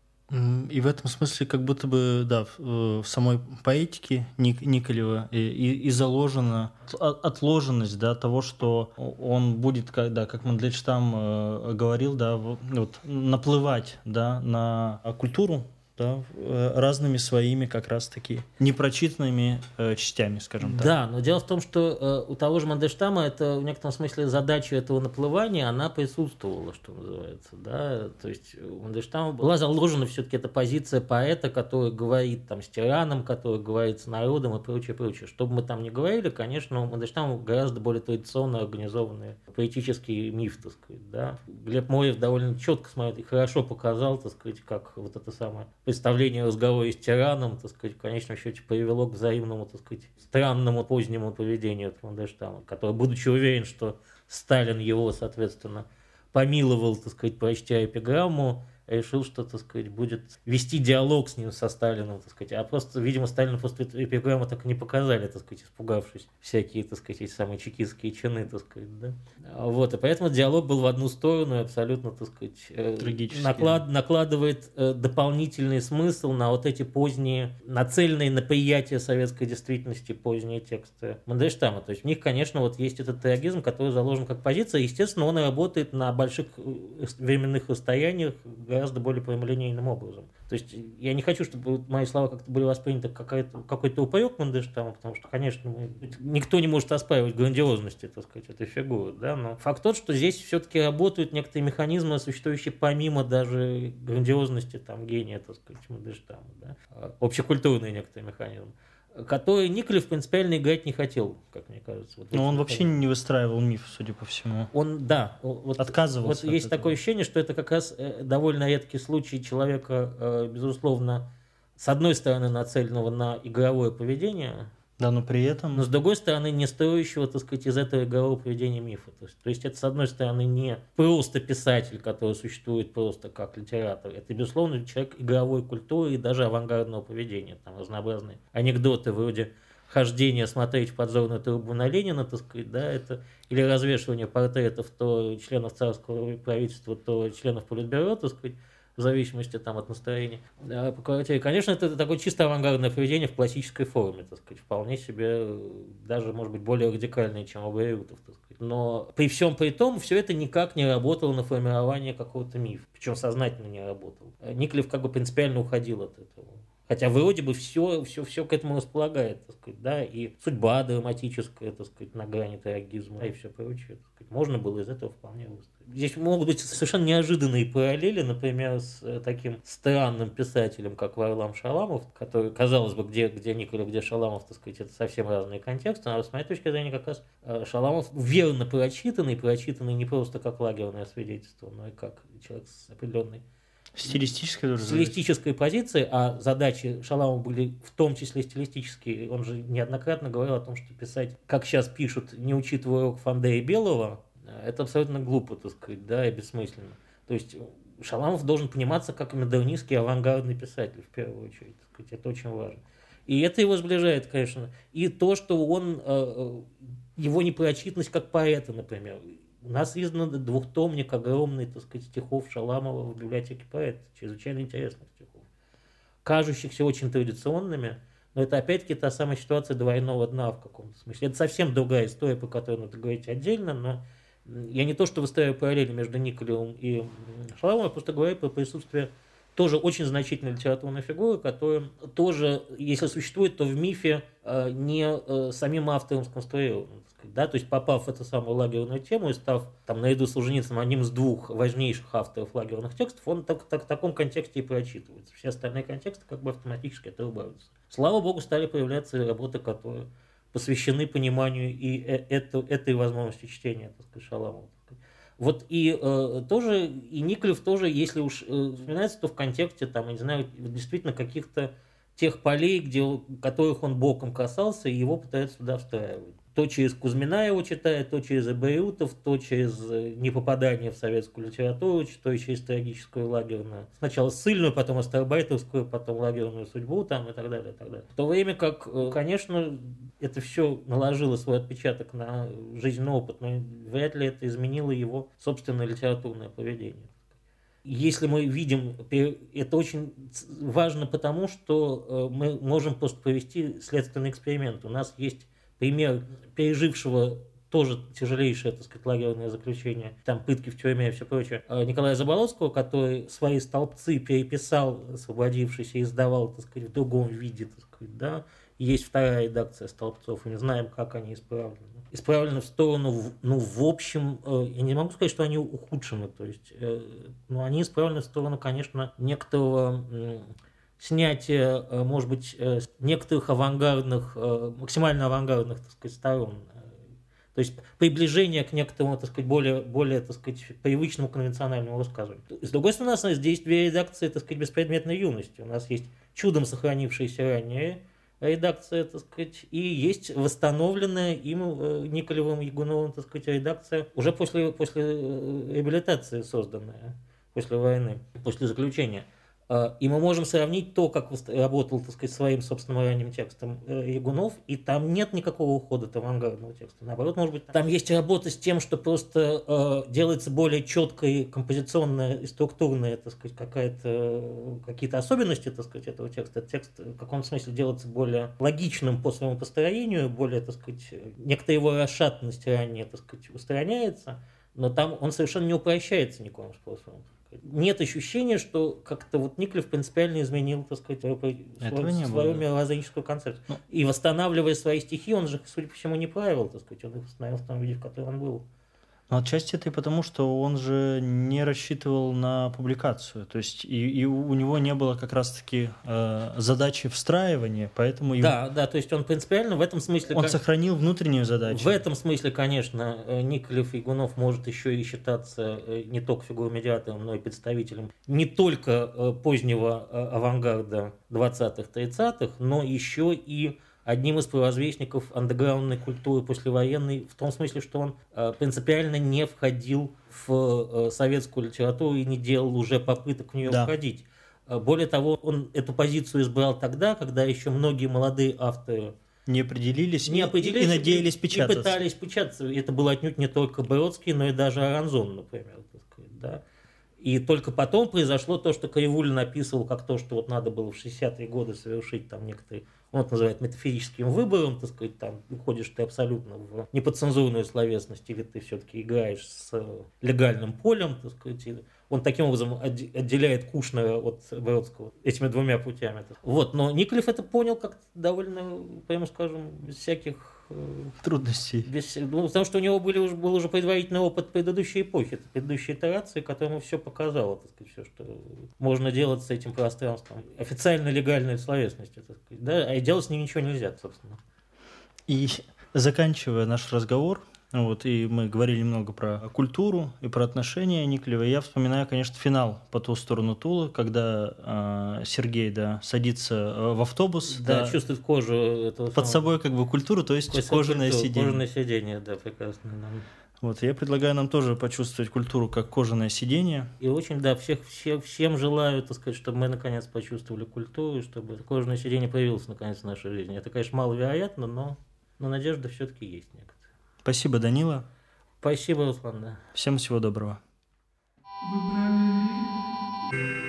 S3: И в этом смысле как будто бы, да, в самой поэтике Николева и заложена отложенность, да, того, что он будет, как Мандельштам говорил, да, вот, наплывать, да, на культуру, да, разными своими как раз-таки непрочитанными частями, скажем так.
S4: Да, но дело в том, что у того же Мандельштама это в некотором смысле задача этого наплывания, она присутствовала, что называется, да, то есть у Мандельштама была заложена все-таки эта позиция поэта, который говорит там с тираном, который говорит с народом и прочее, прочее. Что бы мы там ни говорили, конечно, у Мандельштама гораздо более традиционно организованный поэтический миф, так сказать, да. Глеб Морев довольно четко, смотрит, и хорошо показал, так сказать, как вот это самое представление о разговоре с тираном, так сказать, в конечном счете привело к взаимному, так сказать, странному позднему поведению Мандельштама, который, будучи уверен, что Сталин его, соответственно, помиловал, так сказать, прочтя эпиграмму, решил, что, так сказать, будет вести диалог с ним, со Сталином, так сказать. А просто, видимо, Сталину после эпиграммы так и не показали, так сказать, испугавшись всякие, так сказать, эти самые чекистские чины, так сказать, да. Вот, и поэтому диалог был в одну сторону и абсолютно, так сказать, накладывает дополнительный смысл на вот эти поздние, нацеленные на приятие советской действительности поздние тексты Мандельштама. То есть в них, конечно, вот есть этот трагизм, который заложен как позиция. Естественно, он работает на больших временных расстояниях гораздо более прямолинейным образом. То есть я не хочу, чтобы мои слова как-то были восприняты как какой-то упрек Мандельштама, потому что, конечно, никто не может оспаривать грандиозности, так сказать, этой фигуры, да, но факт тот, что здесь все-таки работают некоторые механизмы, существующие помимо даже грандиозности там, гения, так сказать, Мандельштама, да, общекультурные некоторые механизмы, который Николев принципиально играть не хотел, как мне кажется. Вот
S3: но он вообще не выстраивал миф, судя по всему.
S4: Он, да. Вот,
S3: отказывался.
S4: Вот есть такое ощущение, что это как раз довольно редкий случай человека, безусловно, с одной стороны, нацеленного на игровое поведение,
S3: да, но при этом...
S4: но с другой стороны, не стоящего, так сказать, из этого игрового поведения мифа. То есть это, с одной стороны, не просто писатель, который существует просто как литератор. Это, безусловно, человек игровой культуры и даже авангардного поведения. Там разнообразные анекдоты вроде хождения смотреть в подзорную трубу на Ленина, так сказать, да, это, или развешивание портретов то членов царского правительства, то членов Политбюро, так сказать, в зависимости там, от настроения. Конечно, это такое чисто авангардное поведение в классической форме, так сказать, вполне себе, даже, может быть, более радикальное, чем у Бейрутов, так сказать. Но при всем при том, все это никак не работало на формирование какого-то мифа, причем сознательно не работало. Николев как бы принципиально уходил от этого. Хотя вроде бы все к этому располагает, так сказать, да, и судьба драматическая, так сказать, на грани трагизма и все прочее, так сказать. Можно было из этого вполне выстроить. Здесь могут быть совершенно неожиданные параллели, например, с таким странным писателем, как Варлам Шаламов, который, казалось бы, где Николев, где Шаламов, так сказать, это совсем разные контексты, но с моей точки зрения как раз Шаламов верно прочитанный не просто как лагерное свидетельство, но и как человек с определенной стилистической позиции, а задачи Шаламова были в том числе стилистические. Он же неоднократно говорил о том, что писать, как сейчас пишут, не учитывая урок Фанде и Белого, это абсолютно глупо, так сказать, да, и бессмысленно. То есть Шаламов должен пониматься как модернистский авангардный писатель, в первую очередь, так сказать, это очень важно. И это его сближает, конечно. И то, что он, его непрочитанность как поэта, например. У нас издан двухтомник огромный, так сказать, стихов Шаламова в библиотеке поэта, чрезвычайно интересных стихов, кажущихся очень традиционными, но это опять-таки та самая ситуация двойного дна в каком-то смысле. Это совсем другая история, по которой надо говорить отдельно, но я не то, что выстраиваю параллели между Николевым и Шаламовым, я просто говорю про присутствие тоже очень значительной литературной фигуры, которая тоже, если существует, то в мифе не самим автором сконструирована. Да, то есть попав в эту самую лагерную тему и став там наряду с Солженицыным одним из двух важнейших авторов лагерных текстов, он в таком контексте и прочитывается. Все остальные контексты как бы автоматически отрубаются. Слава богу, стали появляться работы, которые посвящены пониманию и этой возможности чтения, так сказать, Шаламова. Вот и тоже, и Николев тоже, если уж вспоминается, то в контексте, там, я не знаю, действительно каких-то тех полей, которых он боком касался, и его пытаются туда встраивать. То через Кузьмина его читает, то через Эбеютов, то через непопадание в советскую литературу, то через трагическую лагерную. Сначала ссыльную, потом астарбайтовскую, потом лагерную судьбу там, и так далее, и так далее. В то время как, конечно, это все наложило свой отпечаток на жизненный опыт, но вряд ли это изменило его собственное литературное поведение. Если мы видим, это очень важно потому, что мы можем просто провести следственный эксперимент. У нас есть пример пережившего тоже тяжелейшее, так сказать, лагерное заключение, там пытки в тюрьме и все прочее, Николая Заболоцкого, который свои столбцы переписал, освободившись, и издавал, так сказать, в другом виде, так сказать, да. Есть вторая редакция столбцов, и не знаем, как они исправлены. Исправлены в сторону, ну, в общем, я не могу сказать, что они ухудшены, то есть, но они исправлены в сторону, конечно, некоторого снятия, может быть, некоторых авангардных, максимально авангардных, так сказать, сторон. То есть приближение к некоторому, так сказать, более, так сказать, привычному конвенциональному рассказу. С другой стороны, у нас здесь две редакции, так сказать, беспредметной юности. У нас есть чудом сохранившаяся ранее редакция, так сказать, и есть восстановленная им Николевым Ягуновым, так сказать, редакция уже после реабилитации созданная, после войны, после заключения. И мы можем сравнить то, как работал, так сказать, своим собственным ранним текстом Ягунов, и там нет никакого ухода от авангардного текста. Наоборот, может быть, там есть работа с тем, что просто делается более четкой композиционная и структурная, так сказать, какие-то особенности, так сказать, этого текста. Этот текст в каком-то смысле делается более логичным по своему построению, более, так сказать, некоторая его расшатанность ранее, так сказать, устраняется, но там он совершенно не упрощается никаким способом. Нет ощущения, что как-то вот Николев принципиально изменил, так сказать, свою мировоззренческую концепцию. И восстанавливая свои стихи, он же, судя по всему, не правил, так сказать, он их восстановил в том виде, в котором он был.
S3: Но отчасти это и потому, что он же не рассчитывал на публикацию. То есть и у него не было как раз-таки задачи встраивания, поэтому...
S4: Да, то есть он принципиально в этом смысле...
S3: Он сохранил внутреннюю задачу.
S4: В этом смысле, конечно, Николев Ягунов может еще и считаться не только фигурой-медиатором, но и представителем не только позднего авангарда 20-30-х, но еще и одним из провозвестников андеграундной культуры послевоенной, в том смысле, что он принципиально не входил в советскую литературу и не делал уже попыток в нее входить. Более того, он эту позицию избрал тогда, когда еще многие молодые авторы
S3: не определились и надеялись печататься.
S4: И пытались печататься. Это был отнюдь не только Бродский, но и даже Аранзон, например. Так сказать, да. И только потом произошло то, что Кривулин описывал как то, что вот надо было в 60-е годы совершить там некоторые, он это называет метафизическим выбором, так сказать, там уходишь ты абсолютно в неподцензурную словесность, или ты все-таки играешь с легальным полем, так сказать. Он таким образом отделяет Кушнера от Бродского этими двумя путями. Вот, но Николев это понял как довольно, прямо скажем, без всяких
S3: трудностей.
S4: Потому что у него был уже предварительный опыт предыдущей эпохи, предыдущей итерации, которому все показало, так сказать, все, что можно делать с этим пространством. Официально легальной словесностью, так сказать, да, а делать с ним ничего нельзя, собственно.
S3: И заканчивая наш разговор, вот, и мы говорили много про культуру и про отношения Николева, я вспоминаю, конечно, финал «По ту сторону Тулы», когда Сергей садится в автобус.
S4: Да, чувствует кожу этого
S3: под собой как бы культуру, то есть кожаное сиденье.
S4: Кожаное сиденье, да, прекрасно.
S3: Вот, я предлагаю нам тоже почувствовать культуру как кожаное сиденье.
S4: И очень, да, всем желаю, так сказать, чтобы мы наконец почувствовали культуру, чтобы кожаное сиденье появилось наконец в нашей жизни. Это, конечно, маловероятно, но надежда все-таки есть некоторая.
S3: Спасибо, Данила.
S4: Спасибо, Руслан. Да.
S3: Всем всего доброго.
S5: Выбрали